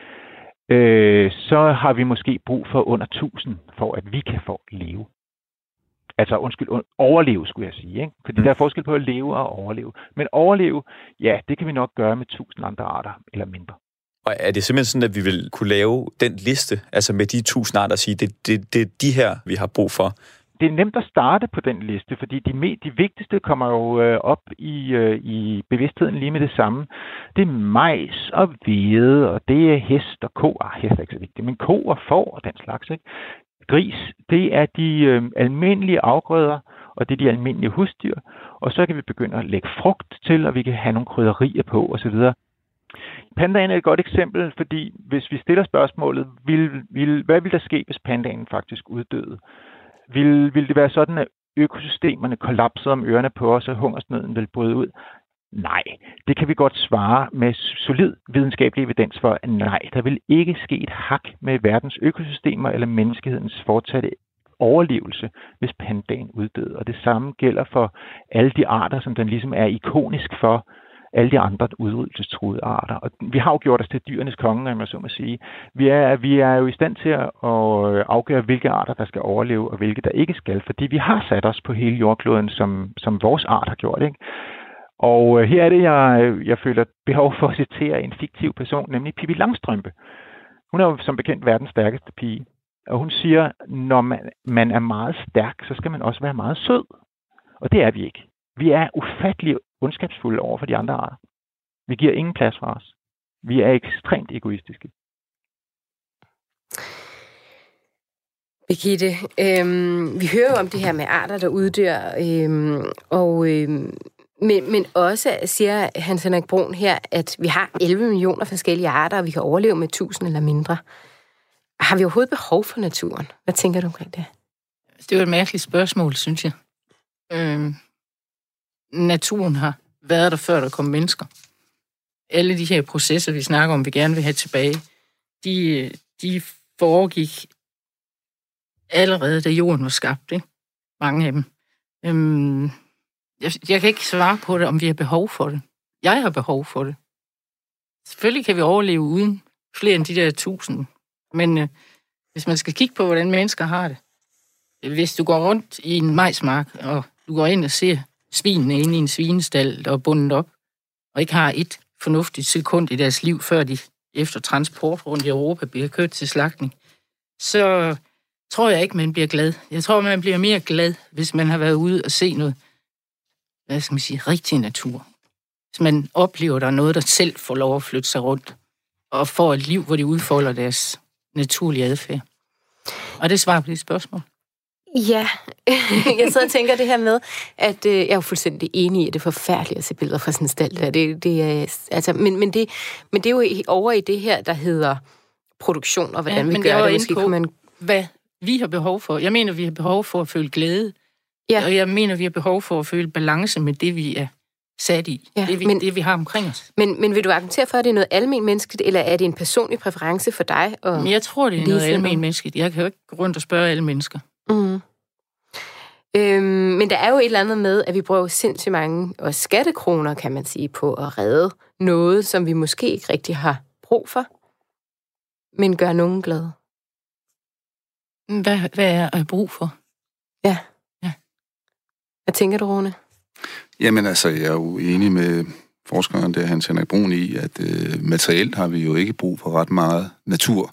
[SPEAKER 6] Så har vi måske brug for under 1000, for at vi kan få leve. Altså, overleve, skulle jeg sige. Ikke? Fordi der er forskel på at leve og overleve. Men overleve, ja, det kan vi nok gøre med 1000 andre arter, eller mindre.
[SPEAKER 7] Og er det simpelthen sådan, at vi vil kunne lave den liste, altså med de 1000 arter, og sige, det er de her, vi har brug for?
[SPEAKER 6] Det er nemt at starte på den liste, fordi de vigtigste kommer jo op i bevidstheden lige med det samme. Det er majs og hvede, og det er hest og ko. Hest er ikke så vigtigt, men ko og får og den slags, ikke? Gris, det er de almindelige afgrøder, og det er de almindelige husdyr. Og så kan vi begynde at lægge frugt til, og vi kan have nogle krydderier på osv. Pandaen er et godt eksempel, fordi hvis vi stiller spørgsmålet, hvad vil der ske, hvis pandaen faktisk uddøde? Vil det være sådan, at økosystemerne kollapsede om ørerne på os, og hungersnøden vil bryde ud? Nej, det kan vi godt svare med solid videnskabelig evidens for, at nej, der vil ikke ske et hak med verdens økosystemer eller menneskehedens fortsatte overlevelse, hvis pandaen uddøde. Og det samme gælder for alle de arter, som den ligesom er ikonisk for, alle de andre udryddelsestruede arter. Og vi har jo gjort os til dyrenes konge, om jeg så må sige. Vi er jo i stand til at afgøre, hvilke arter, der skal overleve, og hvilke, der ikke skal, fordi vi har sat os på hele jordkloden, som vores art har gjort, ikke? Og her er det, jeg føler behov for at citere en fiktiv person, nemlig Pippi Langstrømpe. Hun er jo som bekendt verdens stærkeste pige. Og hun siger, når man er meget stærk, så skal man også være meget sød. Og det er vi ikke. Vi er ufattelig ondskabsfulde over for de andre arter. Vi giver ingen plads for os. Vi er ekstremt egoistiske.
[SPEAKER 2] Birgitte, vi hører jo om det her med arter, der uddør, men også siger Hans Henrik Bruun her, at vi har 11 millioner forskellige arter, og vi kan overleve med 1000 eller mindre. Har vi overhovedet behov for naturen? Hvad tænker du omkring det?
[SPEAKER 4] Det er jo et mærkeligt spørgsmål, synes jeg. Naturen har været der, før der kom mennesker. Alle de her processer, vi snakker om, vi gerne vil have tilbage, de foregik allerede, da jorden var skabt, ikke? Mange af dem. Jeg kan ikke svare på det, om vi har behov for det. Jeg har behov for det. Selvfølgelig kan vi overleve uden flere end de der 1000. Men hvis man skal kigge på, hvordan mennesker har det. Hvis du går rundt i en majsmark, og du går ind og ser svinene inde i en svinestald og bundet op, og ikke har et fornuftigt sekund i deres liv, før de efter transport rundt i Europa bliver kørt til slagtning, så tror jeg ikke, man bliver glad. Jeg tror, man bliver mere glad, hvis man har været ude og se noget, hvad skal man sige, rigtig natur. Hvis man oplever, der er noget, der selv får lov at flytte sig rundt, og får et liv, hvor de udfolder deres naturlige adfærd. Og det svarer på det spørgsmål.
[SPEAKER 2] Ja, jeg sidder og tænker det her med, at jeg er jo fuldstændig enig i, at det er forfærdeligt at se billeder fra sådan en stald der. Men det er jo over i det her, der hedder produktion, og hvordan vi gør det. Måske kunne man...
[SPEAKER 4] Hvad vi har behov for. Jeg mener, vi har behov for at føle glæde.
[SPEAKER 2] Ja.
[SPEAKER 4] Og jeg mener, vi har behov for at føle balance med det, vi er sat i. Ja, det, vi har omkring os.
[SPEAKER 2] Men vil du argumentere for, at det er noget almen menneskeligt, eller er det en personlig præference for dig?
[SPEAKER 4] Men jeg tror, det er noget almen menneskeligt. Jeg kan jo ikke gå rundt og spørge alle mennesker.
[SPEAKER 2] Mm. Men der er jo et eller andet med, at vi bruger sindssygt mange og skattekroner, kan man sige, på at redde noget, som vi måske ikke rigtig har brug for, men gør nogen glade.
[SPEAKER 4] Hvad er at brug for?
[SPEAKER 2] Ja. Hvad tænker du, Rune?
[SPEAKER 5] Jamen altså, jeg er jo enig med forskeren der, Hans Henrik Brun, i, at materielt har vi jo ikke brug for ret meget natur.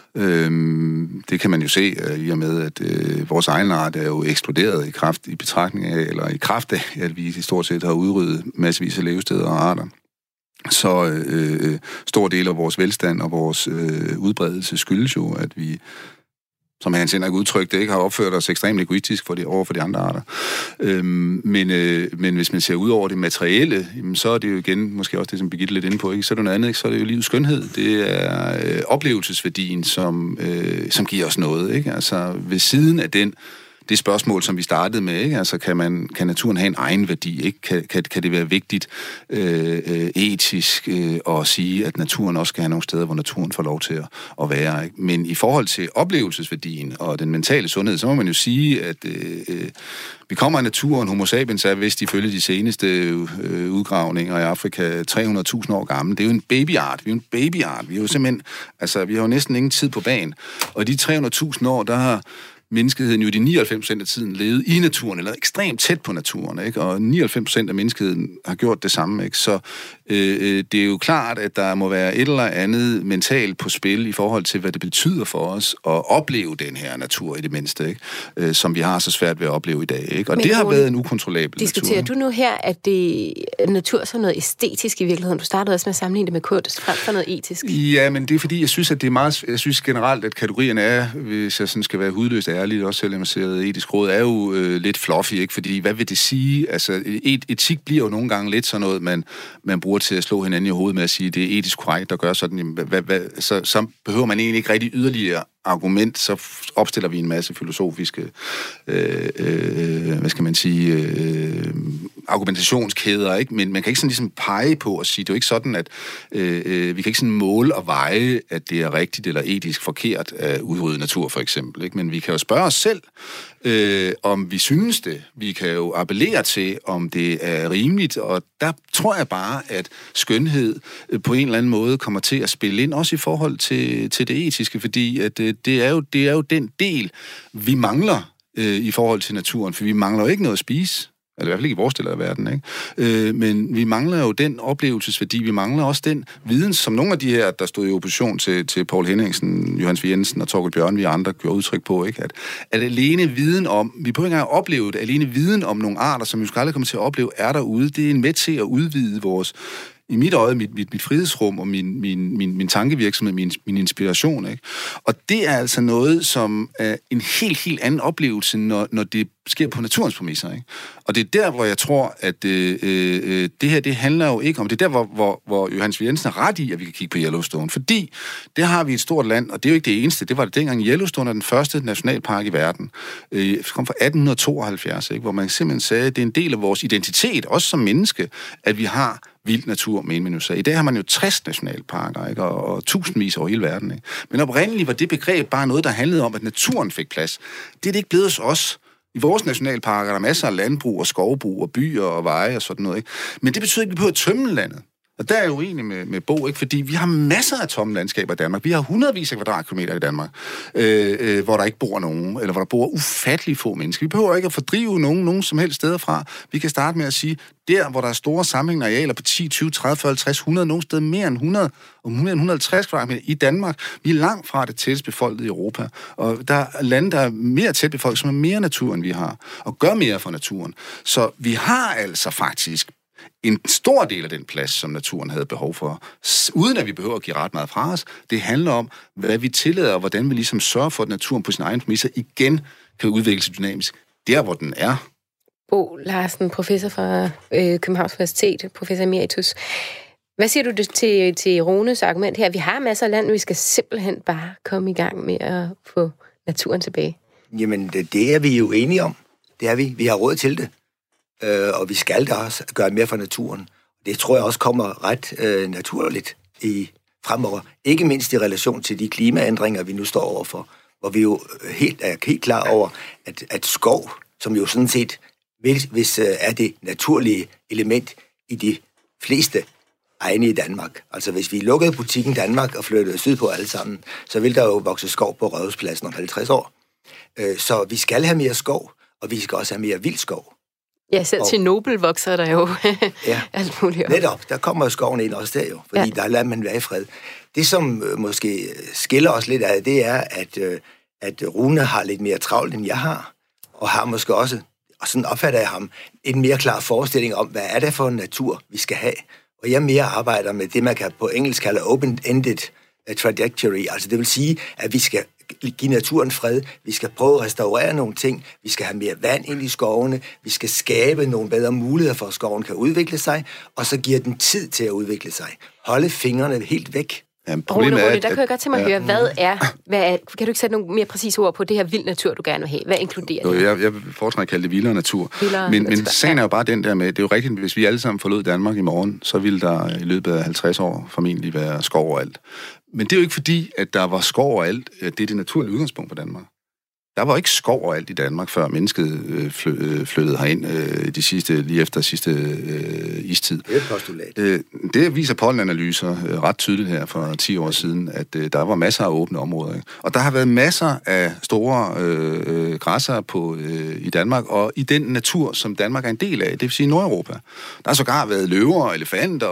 [SPEAKER 5] Det kan man jo se i og med, at vores egen art er jo eksploderet i kraft af, at vi i stort set har udryddet massevis af levesteder og arter. Så stor del af vores velstand og vores udbredelse skyldes jo, at vi, som Hans Henrik udtrykte, ikke har opført os ekstremt egoistisk over for de andre arter. Men hvis man ser ud over det materielle, så er det jo igen, måske også det, som Birgitte lidt inde på, ikke? Så er det noget andet, ikke? Så er det jo livets skønhed. Det er oplevelsesværdien, som giver os noget, ikke? Altså ved siden af det spørgsmål, som vi startede med, ikke? Altså, kan naturen have en egen værdi, ikke? Kan det være vigtigt etisk at sige, at naturen også skal have nogle steder, hvor naturen får lov til at være, ikke? Men i forhold til oplevelsesværdien og den mentale sundhed, så må man jo sige, at vi kommer af naturen. Homo sapiens er vist ifølge de seneste udgravninger i Afrika 300.000 år gammel. Det er jo en babyart. Vi er jo en babyart. Vi er jo simpelthen, altså, vi har jo næsten ingen tid på banen. Og i de 300.000 år, der har menneskeheden jo de 99% af tiden levet i naturen, eller ekstremt tæt på naturen, ikke? Og 99% af menneskeheden har gjort det samme, ikke? Så det er jo klart, at der må være et eller andet mentalt på spil i forhold til, hvad det betyder for os at opleve den her natur i det mindste, ikke? Som vi har så svært ved at opleve i dag, ikke? Og men det har været en ukontrollabel
[SPEAKER 2] diskuterer
[SPEAKER 5] natur.
[SPEAKER 2] Du nu her, at det natur så noget æstetisk i virkeligheden? Du startede også med at sammenligne det med kunst, frem for noget etisk.
[SPEAKER 5] Ja, men det er fordi, jeg synes, at det er meget... Jeg synes generelt, at kategorierne er, hvis jeg sådan skal være hudløst ærlig, også selvom jeg ser etisk råd, er jo lidt fluffy, ikke? Fordi hvad vil det sige? Altså, etik bliver jo nogle gange lidt sådan noget, man bruger til at slå hinanden i hovedet med at sige, det er etisk korrekt at gøre sådan. Jamen, så behøver man egentlig ikke rigtig yderligere argument, så opstiller vi en masse filosofiske, hvad skal man sige, argumentationskæder, ikke? Men man kan ikke sådan ligesom pege på og sige, det er jo ikke sådan, at vi kan ikke sådan måle og veje, at det er rigtigt eller etisk forkert at udrydde natur, for eksempel, ikke? Men vi kan jo spørge os selv, om vi synes det. Vi kan jo appellere til, om det er rimeligt, og der tror jeg bare, at skønhed på en eller anden måde kommer til at spille ind, også i forhold til det etiske, fordi at det er jo den del, vi mangler i forhold til naturen, for vi mangler jo ikke noget at spise. Eller i hvert fald ikke i vores del af verden, ikke? Men vi mangler jo den oplevelsesværdi, vi mangler også den viden, som nogle af de her, der stod i opposition til Poul Henningsen, Johannes V. Jensen og Torkel Bjørn, vi andre gjorde udtryk på, ikke? At alene viden om, vi på en gang opleve det, alene viden om nogle arter, som vi skal aldrig komme til at opleve, er derude, det er med til at udvide vores, i mit øje, mit frihedsrum og min tankevirksomhed, min inspiration, ikke? Og det er altså noget, som er en helt anden oplevelse, når det sker på naturens præmisser, ikke? Og det er der, hvor jeg tror, at det her, det handler jo ikke om, det er der, hvor Johannes V. Jensen er ret i, at vi kan kigge på Yellowstone, fordi det har vi et stort land, og det er jo ikke det eneste, det var det dengang. Yellowstone er den første nationalpark i verden. Det kom fra 1872, ikke? Hvor man simpelthen sagde, at det er en del af vores identitet, også som menneske, at vi har vild natur med en minus. I dag har man jo 60 nationalparker, ikke? Og tusindvis over hele verden, ikke? Men oprindeligt var det begreb bare noget, der handlede om, at naturen fik plads. Det er det ikke blevet hos os. I vores nationalparker er der masser af landbrug og skovbrug og byer og veje og sådan noget, ikke? Men det betyder ikke, at vi behøver at tømme landet. Og der er jeg jo enig med Bo, ikke? Fordi vi har masser af tomme landskaber i Danmark. Vi har hundredvis af kvadratkilometer i Danmark, hvor der ikke bor nogen, eller hvor der bor ufattelig få mennesker. Vi behøver ikke at fordrive nogen som helst steder fra. Vi kan starte med at sige, der hvor der er store sammenhængende arealer på 10, 20, 30, 40, 50, 100, nogle steder mere end 100 og 150 kvadratmeter i Danmark. Vi er langt fra det tættest befolkede i Europa. Og der er lande, der er mere tæt befolket, som er mere natur, end vi har, og gør mere for naturen. Så vi har altså faktisk en stor del af den plads, som naturen havde behov for, uden at vi behøver at give ret meget fra os. Det handler om, hvad vi tillader, og hvordan vi ligesom sørger for, at naturen på sin egen præmisser igen kan udvikle sig dynamisk. Der, hvor den er.
[SPEAKER 2] Bo Larsen, professor fra Københavns Universitet, professor emeritus. Hvad siger du til Runes argument her? Vi har masser af land, vi skal simpelthen bare komme i gang med at få naturen tilbage.
[SPEAKER 3] Jamen, det er vi jo enige om. Det er vi. Vi har råd til det. Og vi skal da også gøre mere for naturen. Det tror jeg også kommer ret naturligt fremover. Ikke mindst i relation til de klimaændringer, vi nu står overfor, hvor vi jo er helt klar over, at skov, som jo sådan set hvis er det naturlige element i de fleste egne i Danmark. Altså hvis vi lukkede butikken Danmark og flyttede sydpå alle sammen, så ville der jo vokse skov på Rådhuspladsen om 50 år. Så vi skal have mere skov, og vi skal også have mere vild skov.
[SPEAKER 2] Ja, selv til Nobel vokser der jo alt muligt.
[SPEAKER 3] Netop, der kommer skoven ind også der jo, fordi der lader man være i fred. Det, som måske skiller os lidt af, det er, at Rune har lidt mere travlt, end jeg har, og har måske også, og sådan opfatter jeg ham, en mere klar forestilling om, hvad er det for en natur, vi skal have. Og jeg mere arbejder med det, man kan på engelsk kalde open-ended trajectory, altså det vil sige, at vi skal give naturen fred, vi skal prøve at restaurere nogle ting, vi skal have mere vand ind i skovene, vi skal skabe nogle bedre muligheder for, at skoven kan udvikle sig, og så giver den tid til at udvikle sig. Holde fingrene helt væk.
[SPEAKER 2] Ja, Rune, der kan jeg godt tænke mig at høre, hvad er, kan du ikke sætte nogle mere præcise ord på det her vild natur, du gerne vil have? Hvad inkluderer det?
[SPEAKER 5] Jeg foretrækker at kalde det vildere natur. Men sagen er jo bare den der med, det er jo rigtigt, hvis vi alle sammen forlod Danmark i morgen, så ville der i løbet af 50 år formentlig være skov overalt. Men det er jo ikke fordi, at der var skov overalt. Det er det naturlige udgangspunkt for Danmark. Der var ikke skov overalt i Danmark, før mennesket flyttede herind lige efter sidste istid.
[SPEAKER 3] Det er et postulat.
[SPEAKER 5] Det viser pollenanalyser ret tydeligt her for 10 år siden, at der var masser af åbne områder. Ikke? Og der har været masser af store græsser i Danmark, og i den natur, som Danmark er en del af, det vil sige Nordeuropa. Der har sågar været løver, elefanter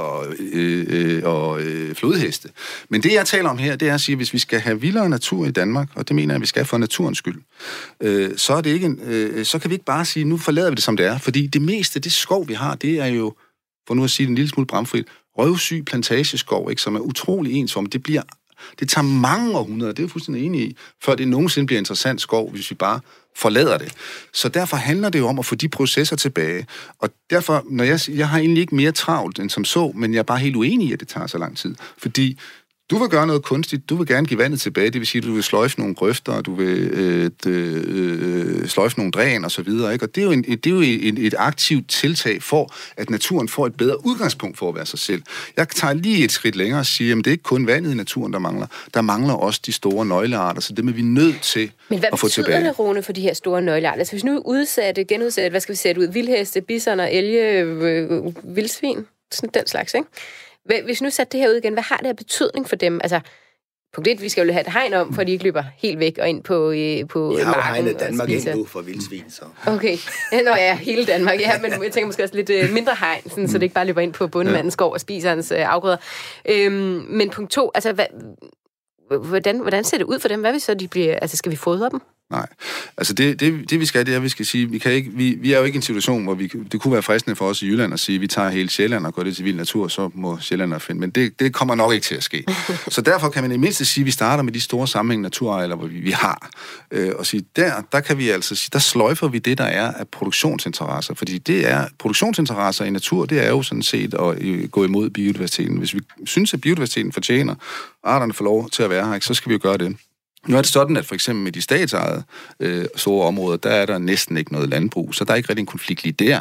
[SPEAKER 5] og flodheste. Men det, jeg taler om her, det er at sige, at hvis vi skal have vildere natur i Danmark, og det mener jeg, at vi skal for naturens skyld, så er det ikke så kan vi ikke bare sige, nu forlader vi det, som det er. Fordi det meste af det skov, vi har, det er jo, for nu at sige det en lille smule bramfrit, røvsyg plantageskov, ikke, som er utrolig ensformet. Det tager mange århundreder, det er jeg fuldstændig enig i, før det nogensinde bliver interessant skov, hvis vi bare forlader det. Så derfor handler det jo om at få de processer tilbage. Og derfor, når jeg har egentlig ikke mere travlt end som så, men jeg er bare helt uenig i, at det tager så lang tid. Fordi du vil gøre noget kunstigt, du vil gerne give vandet tilbage, det vil sige, at du vil sløjfe nogle grøfter, du vil sløjfe nogle dræn og så videre, ikke? Og det er jo et aktivt tiltag for, at naturen får et bedre udgangspunkt for at være sig selv. Jeg tager lige et skridt længere og siger, at det er ikke kun vandet i naturen, der mangler. Der mangler også de store nøglearter, så det er vi nødt til at få tilbage.
[SPEAKER 2] Men hvad betyder det, Rune, for de her store nøglearter? Så hvis nu genudsætte, hvad skal vi sætte ud? Vildheste, bisoner, elge, vildsvin, sådan den slags, ikke? Hvis nu satte det her ud igen, hvad har det her betydning for dem? Altså, punkt 1, vi skal jo have et hegn om, for de ikke løber helt væk og ind på marken.
[SPEAKER 3] Jeg har jo hegnet Danmark ind nu for vildsvin, så.
[SPEAKER 2] Okay. Nå ja, hele Danmark. Ja, men jeg tænker måske også lidt mindre hegn, sådan, så det ikke bare løber ind på bondemandens skov og spiser hans afgrøder. Men punkt 2, altså, hvordan ser det ud for dem? Hvad hvis så de bliver, altså, skal vi fodre dem?
[SPEAKER 5] Nej. Altså det vi skal, det er, at vi skal sige, vi er jo ikke i en situation, hvor det kunne være fristende for os i Jylland at sige, at vi tager hele Sjælland og går det til vild natur, så må Sjælland finde. Men det kommer nok ikke til at ske. Så derfor kan man i mindste sige, at vi starter med de store sammenhængende naturarealer, hvor vi har. Og sige, der kan vi altså sige, der sløjfer vi det, der er af produktionsinteresser. Fordi det er produktionsinteresser i natur, det er jo sådan set at gå imod biodiversiteten. Hvis vi synes, at biodiversiteten fortjener, arterne får lov til at være her, så skal vi jo gøre det. Nu er det sådan, at for eksempel med de statsejede store områder, der er der næsten ikke noget landbrug, så der er ikke rigtig en konflikt lige der.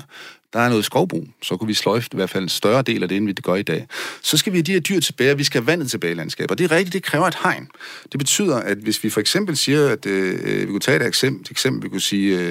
[SPEAKER 5] der er noget skovbrug, så kunne vi sløjfe i hvert fald en større del af det, end vi det gør i dag. Så skal vi have de her dyr tilbage, og vi skal have vandet tilbage i landskabet. Og det er rigtigt, det kræver et hegn. Det betyder, at hvis vi for eksempel siger, at vi kunne tage et eksempel, vi kunne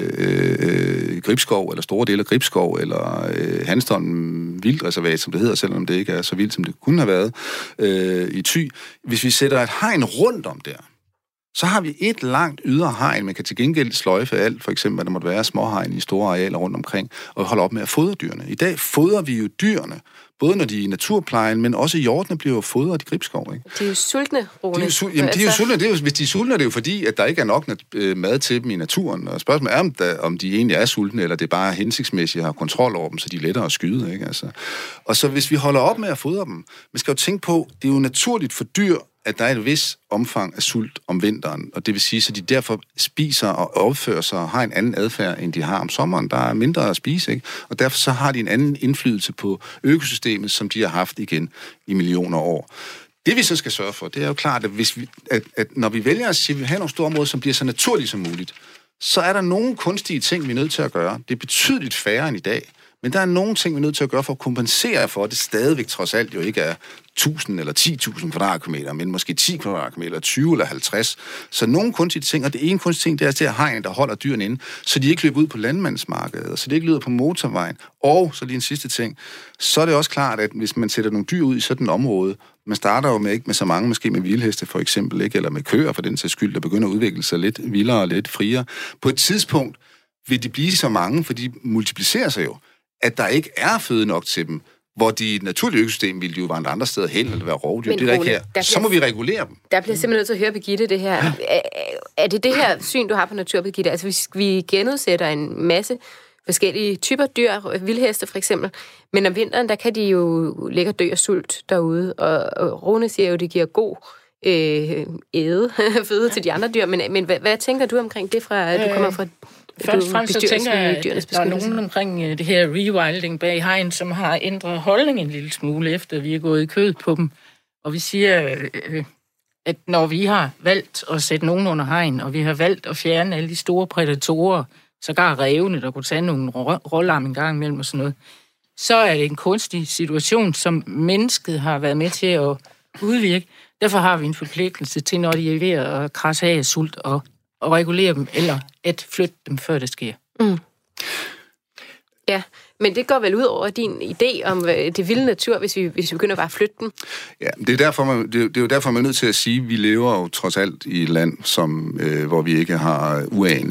[SPEAKER 5] sige Gribskov, eller store dele af Gribskov, eller Hanstholm Vildreservat, som det hedder, selvom det ikke er så vildt, som det kunne have været i Thy. Hvis vi sætter et hegn rundt om der, så har vi et langt ydre hegn. Man kan til gengæld sløjfe alt, for eksempel, at der måtte være småhegn i store arealer rundt omkring, og holde op med at fodre dyrene. I dag fodrer vi jo dyrene, både når de er i naturplejen, men også hjortene bliver jo fodret i Gribskov, ikke?
[SPEAKER 2] De er jo sultne, Rune.
[SPEAKER 5] De er jo sultne. Hvis de er sultne, er det jo fordi, at der ikke er nok mad til dem i naturen. Og spørgsmålet er, om de egentlig er sultne, eller det er bare hensigtsmæssigt at have kontrol over dem, så de er lettere at skyde, ikke? Altså. Og så hvis vi holder op med at fodre dem, man skal jo tænke på, det er jo naturligt for dyr, at der er et vis omfang af sult om vinteren, og det vil sige, at de derfor spiser og opfører sig og har en anden adfærd, end de har om sommeren. Der er mindre at spise, ikke? Og derfor så har de en anden indflydelse på økosystemet, som de har haft igen i millioner år. Det vi så skal sørge for, det er jo klart, at, at når vi vælger at sige, at vi vil have nogle store områder, som bliver så naturlige som muligt, så er der nogle kunstige ting, vi er nødt til at gøre. Det er betydeligt færre end i dag. Men der er nogle ting, vi er nødt til at gøre for at kompensere for, at det stadigvæk trods alt jo ikke er 1000 eller 10.000 kvadratkilometer, men måske 10 kvadratkilometer, 20 eller 50. Så nogle kunstige ting, og det ene kunstige ting, det er til at hegn, der holder dyrene inde, så de ikke løber ud på landmandsmarkedet, så de ikke løber på motorvejen. Og så lige en sidste ting, så er det også klart, at hvis man sætter nogle dyr ud i sådan et område, man starter jo med ikke med så mange, måske med vildheste for eksempel, ikke, eller med køer for den sags skyld, der begynder at udvikle sig lidt vildere og lidt friere. På et tidspunkt vil de blive så mange, for de multiplicerer sig jo, at der ikke er føde nok til dem, hvor de naturlige økosystem ville jo vandre andre steder hen, eller være rovdyr. Det er ikke her. Så må vi regulere dem.
[SPEAKER 2] Der bliver simpelthen nødt til at høre, Birgitte, det her. Er det det her syn, du har på natur, Birgitte? Altså, hvis vi genudsætter en masse forskellige typer dyr, vildheste for eksempel, men om vinteren, der kan de jo ligge og dø af sult derude, og Rune siger jo, at det giver god føde til de andre dyr, men hvad tænker du omkring det fra, at du kommer fra...
[SPEAKER 4] Først og fremmest så tænker jeg, at der er nogen omkring det her rewilding bag hegn, som har ændret holdning en lille smule, efter vi er gået i kød på dem. Og vi siger, at når vi har valgt at sætte nogen under hegn, og vi har valgt at fjerne alle de store prædatorer, sågar rævene, der kunne tage nogle rålam en gang imellem og sådan noget, så er det en kunstig situation, som mennesket har været med til at udvirke. Derfor har vi en forpligtelse til, når de er ved at krasse af sult og regulere dem, eller at flytte dem, før det sker. Mm.
[SPEAKER 2] Ja, men det går vel ud over din idé om det vilde natur, hvis vi begynder bare at flytte dem?
[SPEAKER 5] Ja, det er jo derfor, man er nødt til at sige, at vi lever jo trods alt i et land, som, hvor vi ikke har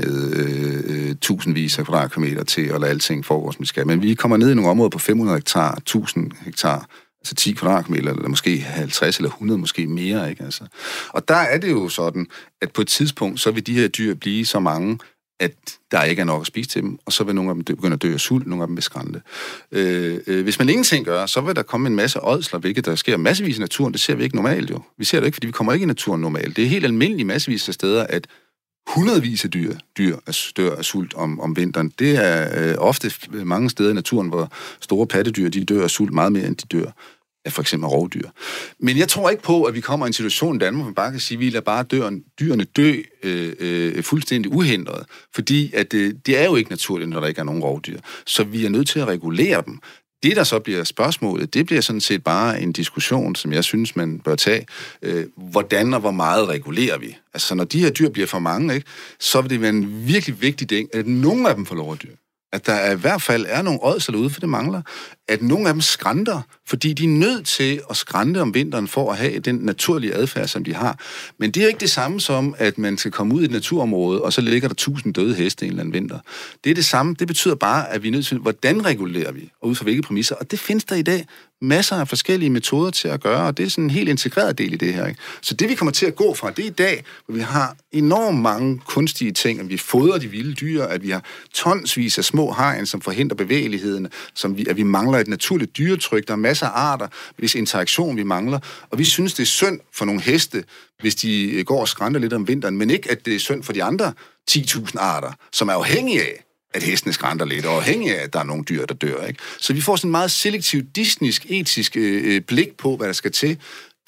[SPEAKER 5] uanede tusindvis af kvadratkilometer til at lade alting foregå, som vi skal. Men vi kommer ned i nogle områder på 500 hektar, 1000 hektar, altså 10 kvadratkilometer, eller måske 50 eller 100, måske mere, ikke? Altså. Og der er det jo sådan, at på et tidspunkt, så vil de her dyr blive så mange, at der ikke er nok at spise til dem, og så vil nogle af dem begynde at dø af sult, nogle af dem vil skrænte. Hvis man ingenting gør, så vil der komme en masse ådsler, hvilket der sker massevis i naturen. Det ser vi ikke normalt jo. Vi ser det ikke, fordi vi kommer ikke i naturen normalt. Det er helt almindeligt massevis af steder, at hundredvis af dyr dør af sult om vinteren. Det er ofte mange steder i naturen, hvor store pattedyr, de dør af sult meget mere, end de dør af for eksempel rovdyr. Men jeg tror ikke på, at vi kommer i en situation i Danmark, hvor man bare kan sige, at vi lader bare dyrene dø fuldstændig uhindret, fordi at det er jo ikke naturligt, når der ikke er nogen rovdyr. Så vi er nødt til at regulere dem. Det, der så bliver spørgsmålet, det bliver sådan set bare en diskussion, som jeg synes, man bør tage. Hvordan og hvor meget regulerer vi? Altså, når de her dyr bliver for mange, ikke, så vil det være en virkelig vigtig ting, at nogle af dem får lov at dø. At der i hvert fald er nogle ådsler derude, for det mangler. At nogle af dem skrænter, fordi de er nødt til at skrænte om vinteren for at have den naturlige adfærd, som de har. Men det er ikke det samme som, at man skal komme ud i et naturområde, og så ligger der 1000 døde heste en eller anden vinter. Det er det samme. Det betyder bare, at vi er nødt til, hvordan regulerer vi, og ud fra hvilke præmisser. Og det findes der i dag masser af forskellige metoder til at gøre, og det er sådan en helt integreret del i det her. Ikke? Så det, vi kommer til at gå fra, det er i dag, hvor vi har enormt mange kunstige ting, at vi fodrer de vilde dyr, at vi har tonsvis af små hegn, som forhindrer bevægeligheden, at vi mangler et naturligt dyretryk, der er masser af arter, hvis interaktion vi mangler, og vi synes, det er synd for nogle heste, hvis de går og skrænter lidt om vinteren, men ikke, at det er synd for de andre 10.000 arter, som er afhængige af, at hestene skrænter lidt, og afhængige af, at der er nogle dyr, der dør. Ikke? Så vi får sådan en meget selektiv, disnisk, etisk blik på, hvad der skal til.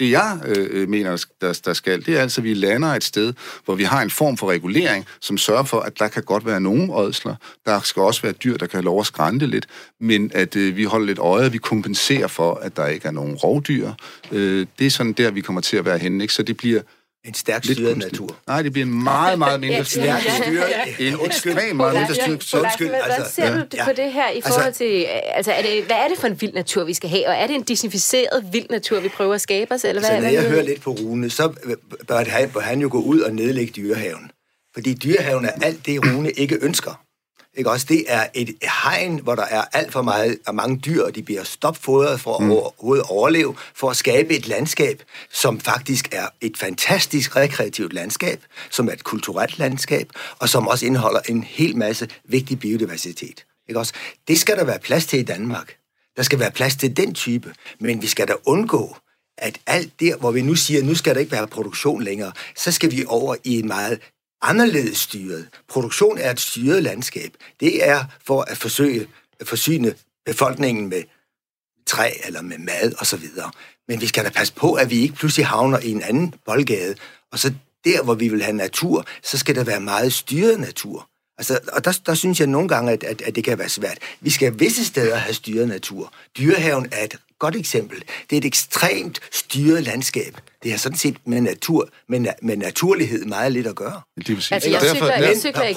[SPEAKER 5] Det jeg mener, der skal, det er altså, at vi lander et sted, hvor vi har en form for regulering, som sørger for, at der kan godt være nogle ådsler. Der skal også være dyr, der kan have lov at skrænte lidt, men at vi holder lidt øje, og vi kompenserer for, at der ikke er nogen rovdyr. Det er sådan der, vi kommer til at være henne, ikke? Så det bliver
[SPEAKER 3] en stærkt styret natur.
[SPEAKER 5] Nej, det bliver en meget, meget mindre styret. En ekstremt meget mindre styret.
[SPEAKER 2] Hvordan ser du på det her i forhold til... Altså, hvad er det for en vild natur, vi skal have? Og er det en designificeret vild natur, vi prøver at skabe os? Eller hvad,
[SPEAKER 3] når jeg hører lidt på Rune, så bør han jo gå ud og nedlægge dyrehaven. Fordi dyrehaven er alt det, Rune ikke ønsker. Ikke også? Det er et hegn, hvor der er alt for mange dyr, og de bliver stopfodret for at overleve, for at skabe et landskab, som faktisk er et fantastisk rekreativt landskab, som er et kulturelt landskab, og som også indeholder en hel masse vigtig biodiversitet. Ikke også? Det skal der være plads til i Danmark. Der skal være plads til den type, men vi skal da undgå, at alt der, hvor vi nu siger, nu skal der ikke være produktion længere, så skal vi over i en meget anderledes styret. Produktion er et styret landskab. Det er for at forsøge at forsyne befolkningen med træ eller med mad osv. Men vi skal da passe på, at vi ikke pludselig havner i en anden boldgade. Og så der, hvor vi vil have natur, så skal der være meget styret natur. Altså, og der synes jeg nogle gange, at det kan være svært. Vi skal visse steder have styret natur. Dyrehaven er et godt eksempel. Det er et ekstremt styret landskab. Det har sådan set med naturlighed meget lidt at gøre.
[SPEAKER 2] Altså, jeg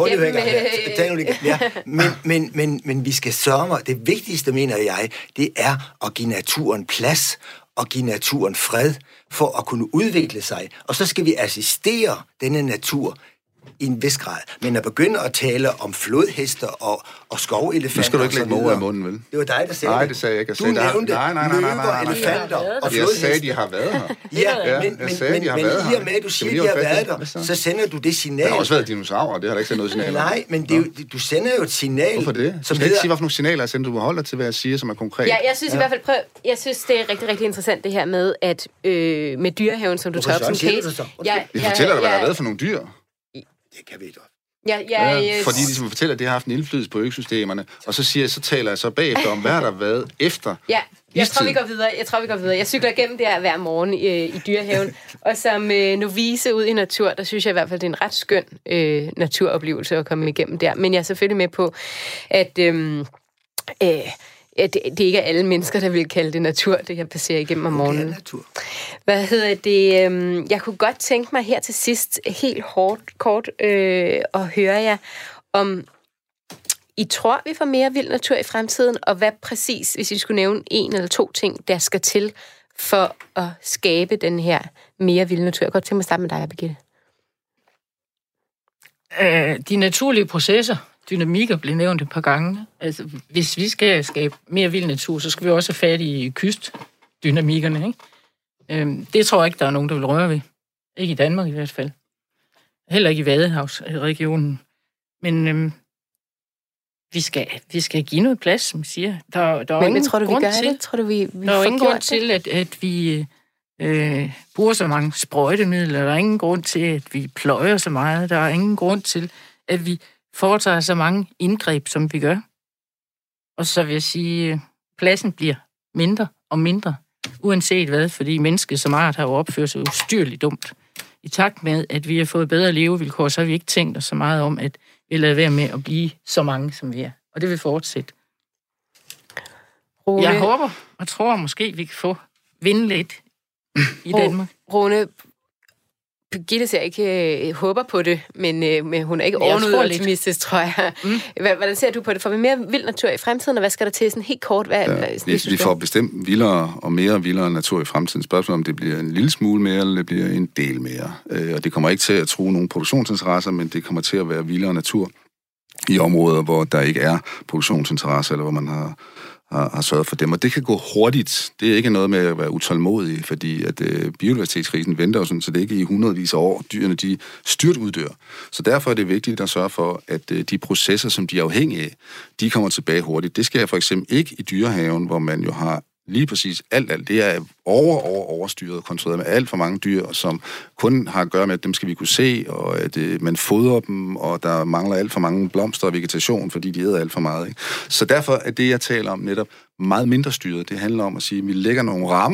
[SPEAKER 2] cykler
[SPEAKER 3] igennem... Men vi skal sørge mig. Det vigtigste, mener jeg, det er at give naturen plads og give naturen fred for at kunne udvikle sig. Og så skal vi assistere denne natur i en vis grad. Men at begynde at tale om flodhester og skovelefanter...
[SPEAKER 5] Nu skal du ikke lægge mig i munden, vel?
[SPEAKER 3] Det var dig, der sagde
[SPEAKER 5] det. Nej, det sagde jeg ikke.
[SPEAKER 3] Du nævnte løver, elefanter og flodhester.
[SPEAKER 5] Jeg sagde, de har været her.
[SPEAKER 3] Men i og med, at du siger, de har været der, så sender du det signal...
[SPEAKER 5] Der har også været dinosaurer, det har der ikke sendt noget signal.
[SPEAKER 3] Nej, men du sender jo et signal...
[SPEAKER 5] Hvorfor det? Du skal ikke sige, hvad for nogle signaler jeg sender. Du holder til, hvad jeg siger, som er konkret.
[SPEAKER 2] Ja, jeg synes i hvert fald... Jeg synes, det er rigtig, rigtig interessant, det her med, at med dyrehaven, som du tager op som case...
[SPEAKER 5] Vi fortæller dig, hvad der har været for nogle dyr.
[SPEAKER 3] Det kan vi ikke.
[SPEAKER 5] Fordi de som fortæller, at det har haft en indflydelse på økosystemerne, og så taler jeg så bagefter om, hvad der har været efter.
[SPEAKER 2] Ja, jeg tror, vi går videre. Jeg cykler igennem det her hver morgen i dyrehaven, og som novice ud i natur, der synes jeg i hvert fald, det er en ret skøn naturoplevelse at komme igennem der. Men jeg er selvfølgelig med på, at... det ikke er alle mennesker, der vil kalde det natur, det jeg passerer igennem om morgenen.
[SPEAKER 3] Natur.
[SPEAKER 2] Hvad hedder det? Jeg kunne godt tænke mig her til sidst helt kort at høre jer om, I tror, vi får mere vild natur i fremtiden, og hvad præcis, hvis I skulle nævne en eller to ting, der skal til for at skabe den her mere vild natur. Jeg kan godt tænke mig at starte med dig, Birgitte.
[SPEAKER 4] De naturlige processer, dynamikker bliver nævnt et par gange. Altså, hvis vi skal skabe mere vild natur, så skal vi også have fat i kystdynamikkerne, ikke? Det tror jeg ikke, der er nogen, der vil røre ved. Ikke i Danmark i hvert fald. Heller ikke i Vadehavsregionen. Men vi skal give noget plads, som siger. Der er ingen
[SPEAKER 2] tror du,
[SPEAKER 4] grund
[SPEAKER 2] vi gør
[SPEAKER 4] til,
[SPEAKER 2] det? Tror du, vi
[SPEAKER 4] der er ingen grund til, at vi bruger så mange sprøjtemidler. Der er ingen grund til, at vi pløjer så meget. Der er ingen grund til, at vi foretager så mange indgreb, som vi gør. Og så vil jeg sige, pladsen bliver mindre og mindre, uanset hvad, fordi mennesket som art har jo opført sig ustyrligt dumt. I takt med, at vi har fået bedre levevilkår, så har vi ikke tænkt os så meget om, at vi lader være med at blive så mange, som vi er. Og det vil fortsætte.
[SPEAKER 2] Rune.
[SPEAKER 4] Jeg håber og tror måske, vi kan få vinde lidt i Danmark.
[SPEAKER 2] Rune, Birgitte siger ikke håber på det, men hun er ikke ovenud optimistisk, tror jeg. Hvordan ser du på det? Får vi mere vild natur i fremtiden, og hvad skal der til sådan helt kort?
[SPEAKER 5] Vi får bestemt vildere og mere vildere natur i fremtiden. Spørgsmålet om det bliver en lille smule mere, eller det bliver en del mere. Og det kommer ikke til at true nogen produktionsinteresser, men det kommer til at være vildere natur i områder, hvor der ikke er produktionsinteresser, eller hvor man har sørget for dem. Og det kan gå hurtigt. Det er ikke noget med at være utålmodig, fordi at biodiversitetskrisen venter jo sådan, så det ikke i hundredvis af år, dyrene de styrt uddør. Så derfor er det vigtigt at sørge for, at de processer, som de er afhængige af, de kommer tilbage hurtigt. Det sker for eksempel ikke i dyrehaven, hvor man jo har lige præcis alt. Det er overstyret og kontrolleret med alt for mange dyr, som kun har at gøre med, at dem skal vi kunne se, og at man fodrer dem, og der mangler alt for mange blomster og vegetation, fordi de æder alt for meget. Ikke? Så derfor er det, jeg taler om netop, meget mindre styret. Det handler om at sige, at vi lægger nogle rammer,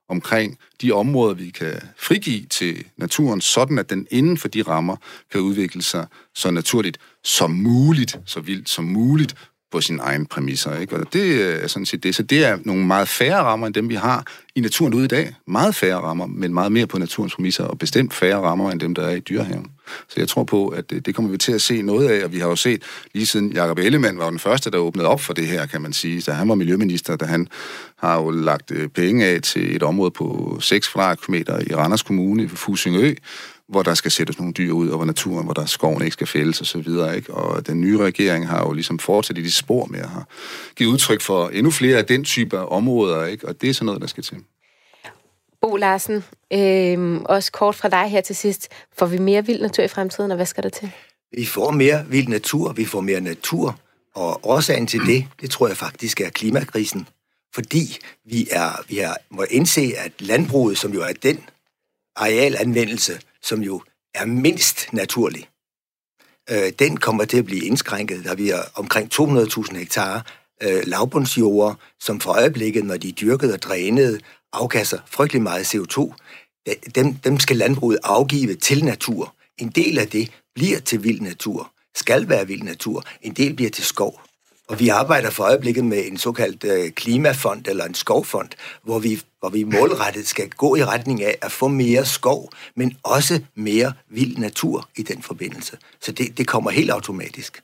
[SPEAKER 5] omkring de områder, vi kan frigive til naturen, sådan at den inden for de rammer kan udvikle sig så naturligt som muligt, så vildt som muligt, på sine egne præmisser. Ikke? Og det er sådan set det. Så det er nogle meget færre rammer, end dem, vi har i naturen ude i dag. Meget færre rammer, men meget mere på naturens præmisser, og bestemt færre rammer, end dem, der er i Dyrehaven. Så jeg tror på, at det kommer vi til at se noget af, og vi har jo set, lige siden Jakob Ellemann var den første, der åbnede op for det her, kan man sige. Da han var miljøminister, da han har jo lagt penge af til et område på 6 kvadratkilometer i Randers Kommune, ved Fussingø, hvor der skal sættes nogle dyr ud over naturen, hvor der skoven ikke skal fældes og så videre, ikke? Og den nye regering har jo ligesom fortsat i de spor med at have givet udtryk for endnu flere af den type af områder, ikke? Og det er sådan noget, der skal til.
[SPEAKER 2] Bo Larsen, også kort fra dig her til sidst. Får vi mere vild natur i fremtiden, og hvad skal der til?
[SPEAKER 3] Vi får mere vild natur, vi får mere natur, og årsagen til det tror jeg faktisk er klimakrisen. Fordi vi må indse, at landbruget, som jo er den arealanvendelse, som jo er mindst naturlig, den kommer til at blive indskrænket. Der vi er omkring 200.000 hektar lavbundsjorder, som for øjeblikket, når de er dyrket og drænet, afkasser frygtelig meget CO2. Dem skal landbruget afgive til natur. En del af det bliver til vild natur, skal være vild natur. En del bliver til skov. Og vi arbejder for øjeblikket med en såkaldt klimafond eller en skovfond, hvor vi målrettet skal gå i retning af at få mere skov, men også mere vild natur i den forbindelse. Så det kommer helt automatisk.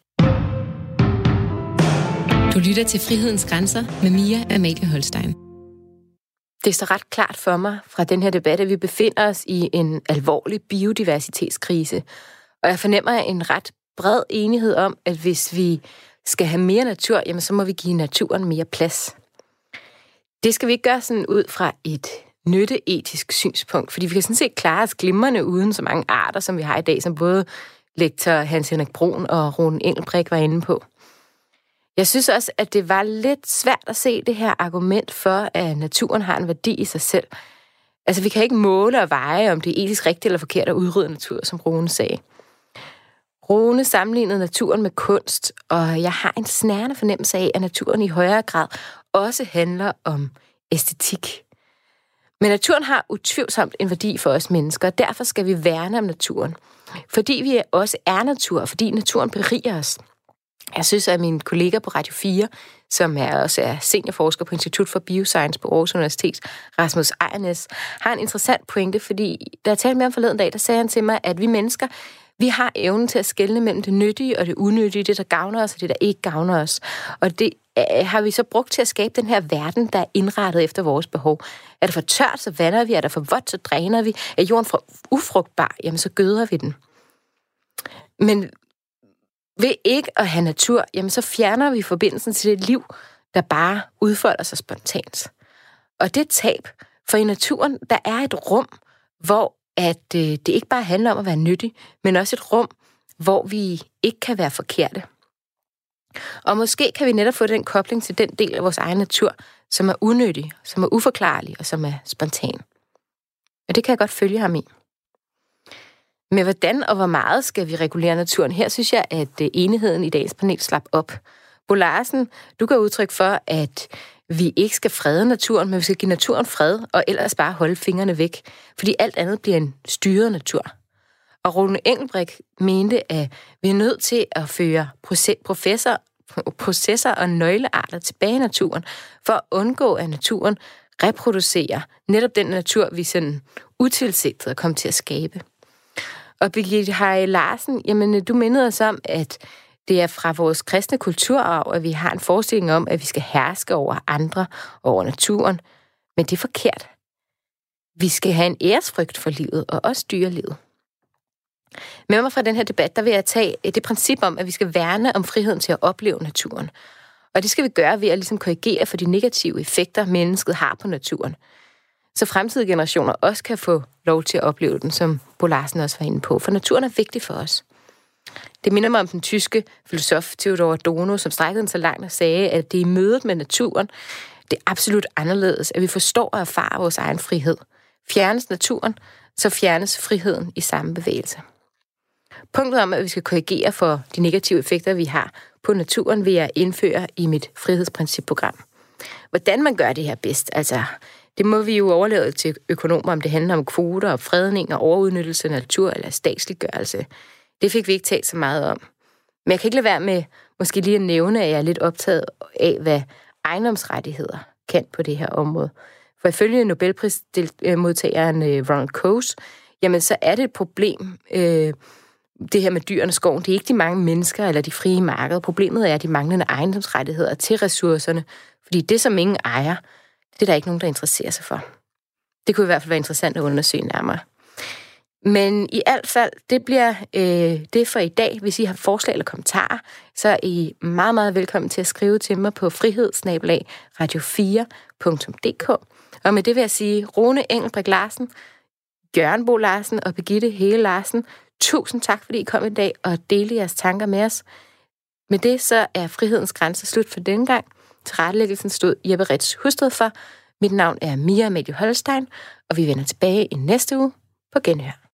[SPEAKER 1] Du lytter til Frihedens Grænser med Mia Amalie Holstein.
[SPEAKER 2] Det står ret klart for mig fra den her debat, at vi befinder os i en alvorlig biodiversitetskrise. Og jeg fornemmer en ret bred enighed om, at hvis vi skal have mere natur, jamen så må vi give naturen mere plads. Det skal vi ikke gøre sådan ud fra et nytteetisk synspunkt, fordi vi kan sådan set klare os glimrende uden så mange arter, som vi har i dag, som både lektor Hans Henrik Bruun og Rune Engelbrecht var inde på. Jeg synes også, at det var lidt svært at se det her argument for, at naturen har en værdi i sig selv. Altså, vi kan ikke måle og veje, om det er etisk rigtigt eller forkert at udrydde natur, som Rune sagde. Rune sammenlignede naturen med kunst, og jeg har en snærende fornemmelse af, at naturen i højere grad også handler om æstetik. Men naturen har utvivlsomt en værdi for os mennesker, og derfor skal vi værne om naturen. Fordi vi også er natur, fordi naturen beriger os. Jeg synes, at min kollega på Radio 4, som også er seniorforsker på Institut for Bioscience på Aarhus Universitet, Rasmus Ejernes, har en interessant pointe, fordi da jeg talte med ham forleden dag, der sagde han til mig, at vi mennesker, vi har evnen til at skelne mellem det nyttige og det unyttige, det der gavner os og det der ikke gavner os. Og det har vi så brugt til at skabe den her verden, der er indrettet efter vores behov. Er det for tørt, så vander vi. Er det for vådt, så dræner vi. Er jorden for ufrugtbar, jamen så gøder vi den. Men ved ikke at have natur, jamen så fjerner vi forbindelsen til det liv, der bare udfolder sig spontant. Og det er tab, for i naturen, der er et rum, hvor at det ikke bare handler om at være nyttig, men også et rum, hvor vi ikke kan være forkerte. Og måske kan vi netop få den kobling til den del af vores egen natur, som er unødig, som er uforklarlig og som er spontan. Og det kan jeg godt følge ham i. Men hvordan og hvor meget skal vi regulere naturen? Her synes jeg, at enigheden i dagens panel slap op. Bo Larsen, du gav udtryk for, at vi ikke skal frede naturen, men vi skal give naturen fred, og ellers bare holde fingrene væk, fordi alt andet bliver en styret natur. Og Rune Engelbrecht mente, at vi er nødt til at føre processer og nøglearter tilbage i naturen, for at undgå, at naturen reproducerer netop den natur, vi sådan utilsigtet er kommet til at skabe. Og Birgitte Heie Larsen, jamen du mindede os om, at det er fra vores kristne kulturarv, at vi har en forestilling om, at vi skal herske over andre, over naturen. Men det er forkert. Vi skal have en æresfrygt for livet, og også dyrelivet. Med mig fra den her debat, der vil jeg tage det princip om, at vi skal værne om friheden til at opleve naturen. Og det skal vi gøre ved at ligesom korrigere for de negative effekter, mennesket har på naturen. Så fremtidige generationer også kan få lov til at opleve den, som Bo Larsen også var inde på. For naturen er vigtig for os. Det minder mig om den tyske filosof Theodor Adorno, som strækkede den så langt og sagde, at det er i mødet med naturen, det er absolut anderledes, at vi forstår og erfarer vores egen frihed. Fjernes naturen, så fjernes friheden i samme bevægelse. Punktet om, at vi skal korrigere for de negative effekter, vi har på naturen, vil jeg indføre i mit frihedsprincipprogram. Hvordan man gør det her bedst, altså Det må vi jo overlade til økonomer, om det handler om kvoter og fredning og overudnyttelse af natur eller statsliggørelse. Det fik vi ikke talt så meget om. Men jeg kan ikke lade være med måske lige at nævne, at jeg er lidt optaget af, hvad ejendomsrettigheder kan på det her område. For ifølge Nobelprismodtageren Ronald Coase, jamen så er det et problem, det her med dyrene i skoven. Det er ikke de mange mennesker eller de frie markeder. Problemet er de manglende ejendomsrettigheder til ressourcerne, fordi det, som ingen ejer, det er der ikke nogen, der interesserer sig for. Det kunne i hvert fald være interessant at undersøge nærmere. Men i alt fald, det bliver det for i dag. Hvis I har forslag eller kommentarer, så er I meget, meget velkommen til at skrive til mig på frihed@radio4.dk. Og med det vil jeg sige, Rune Engelbrek Larsen, Jørgen Bo Larsen og Birgitte Hege Larsen, tusind tak, fordi I kom i dag og delte jeres tanker med os. Med det så er Frihedens Grænser slut for denne gang. Tilrettelæggelsen stod Jeppe Ritz Husted for. Mit navn er Mia Amalie Holstein, og vi vender tilbage i næste uge på Genhør.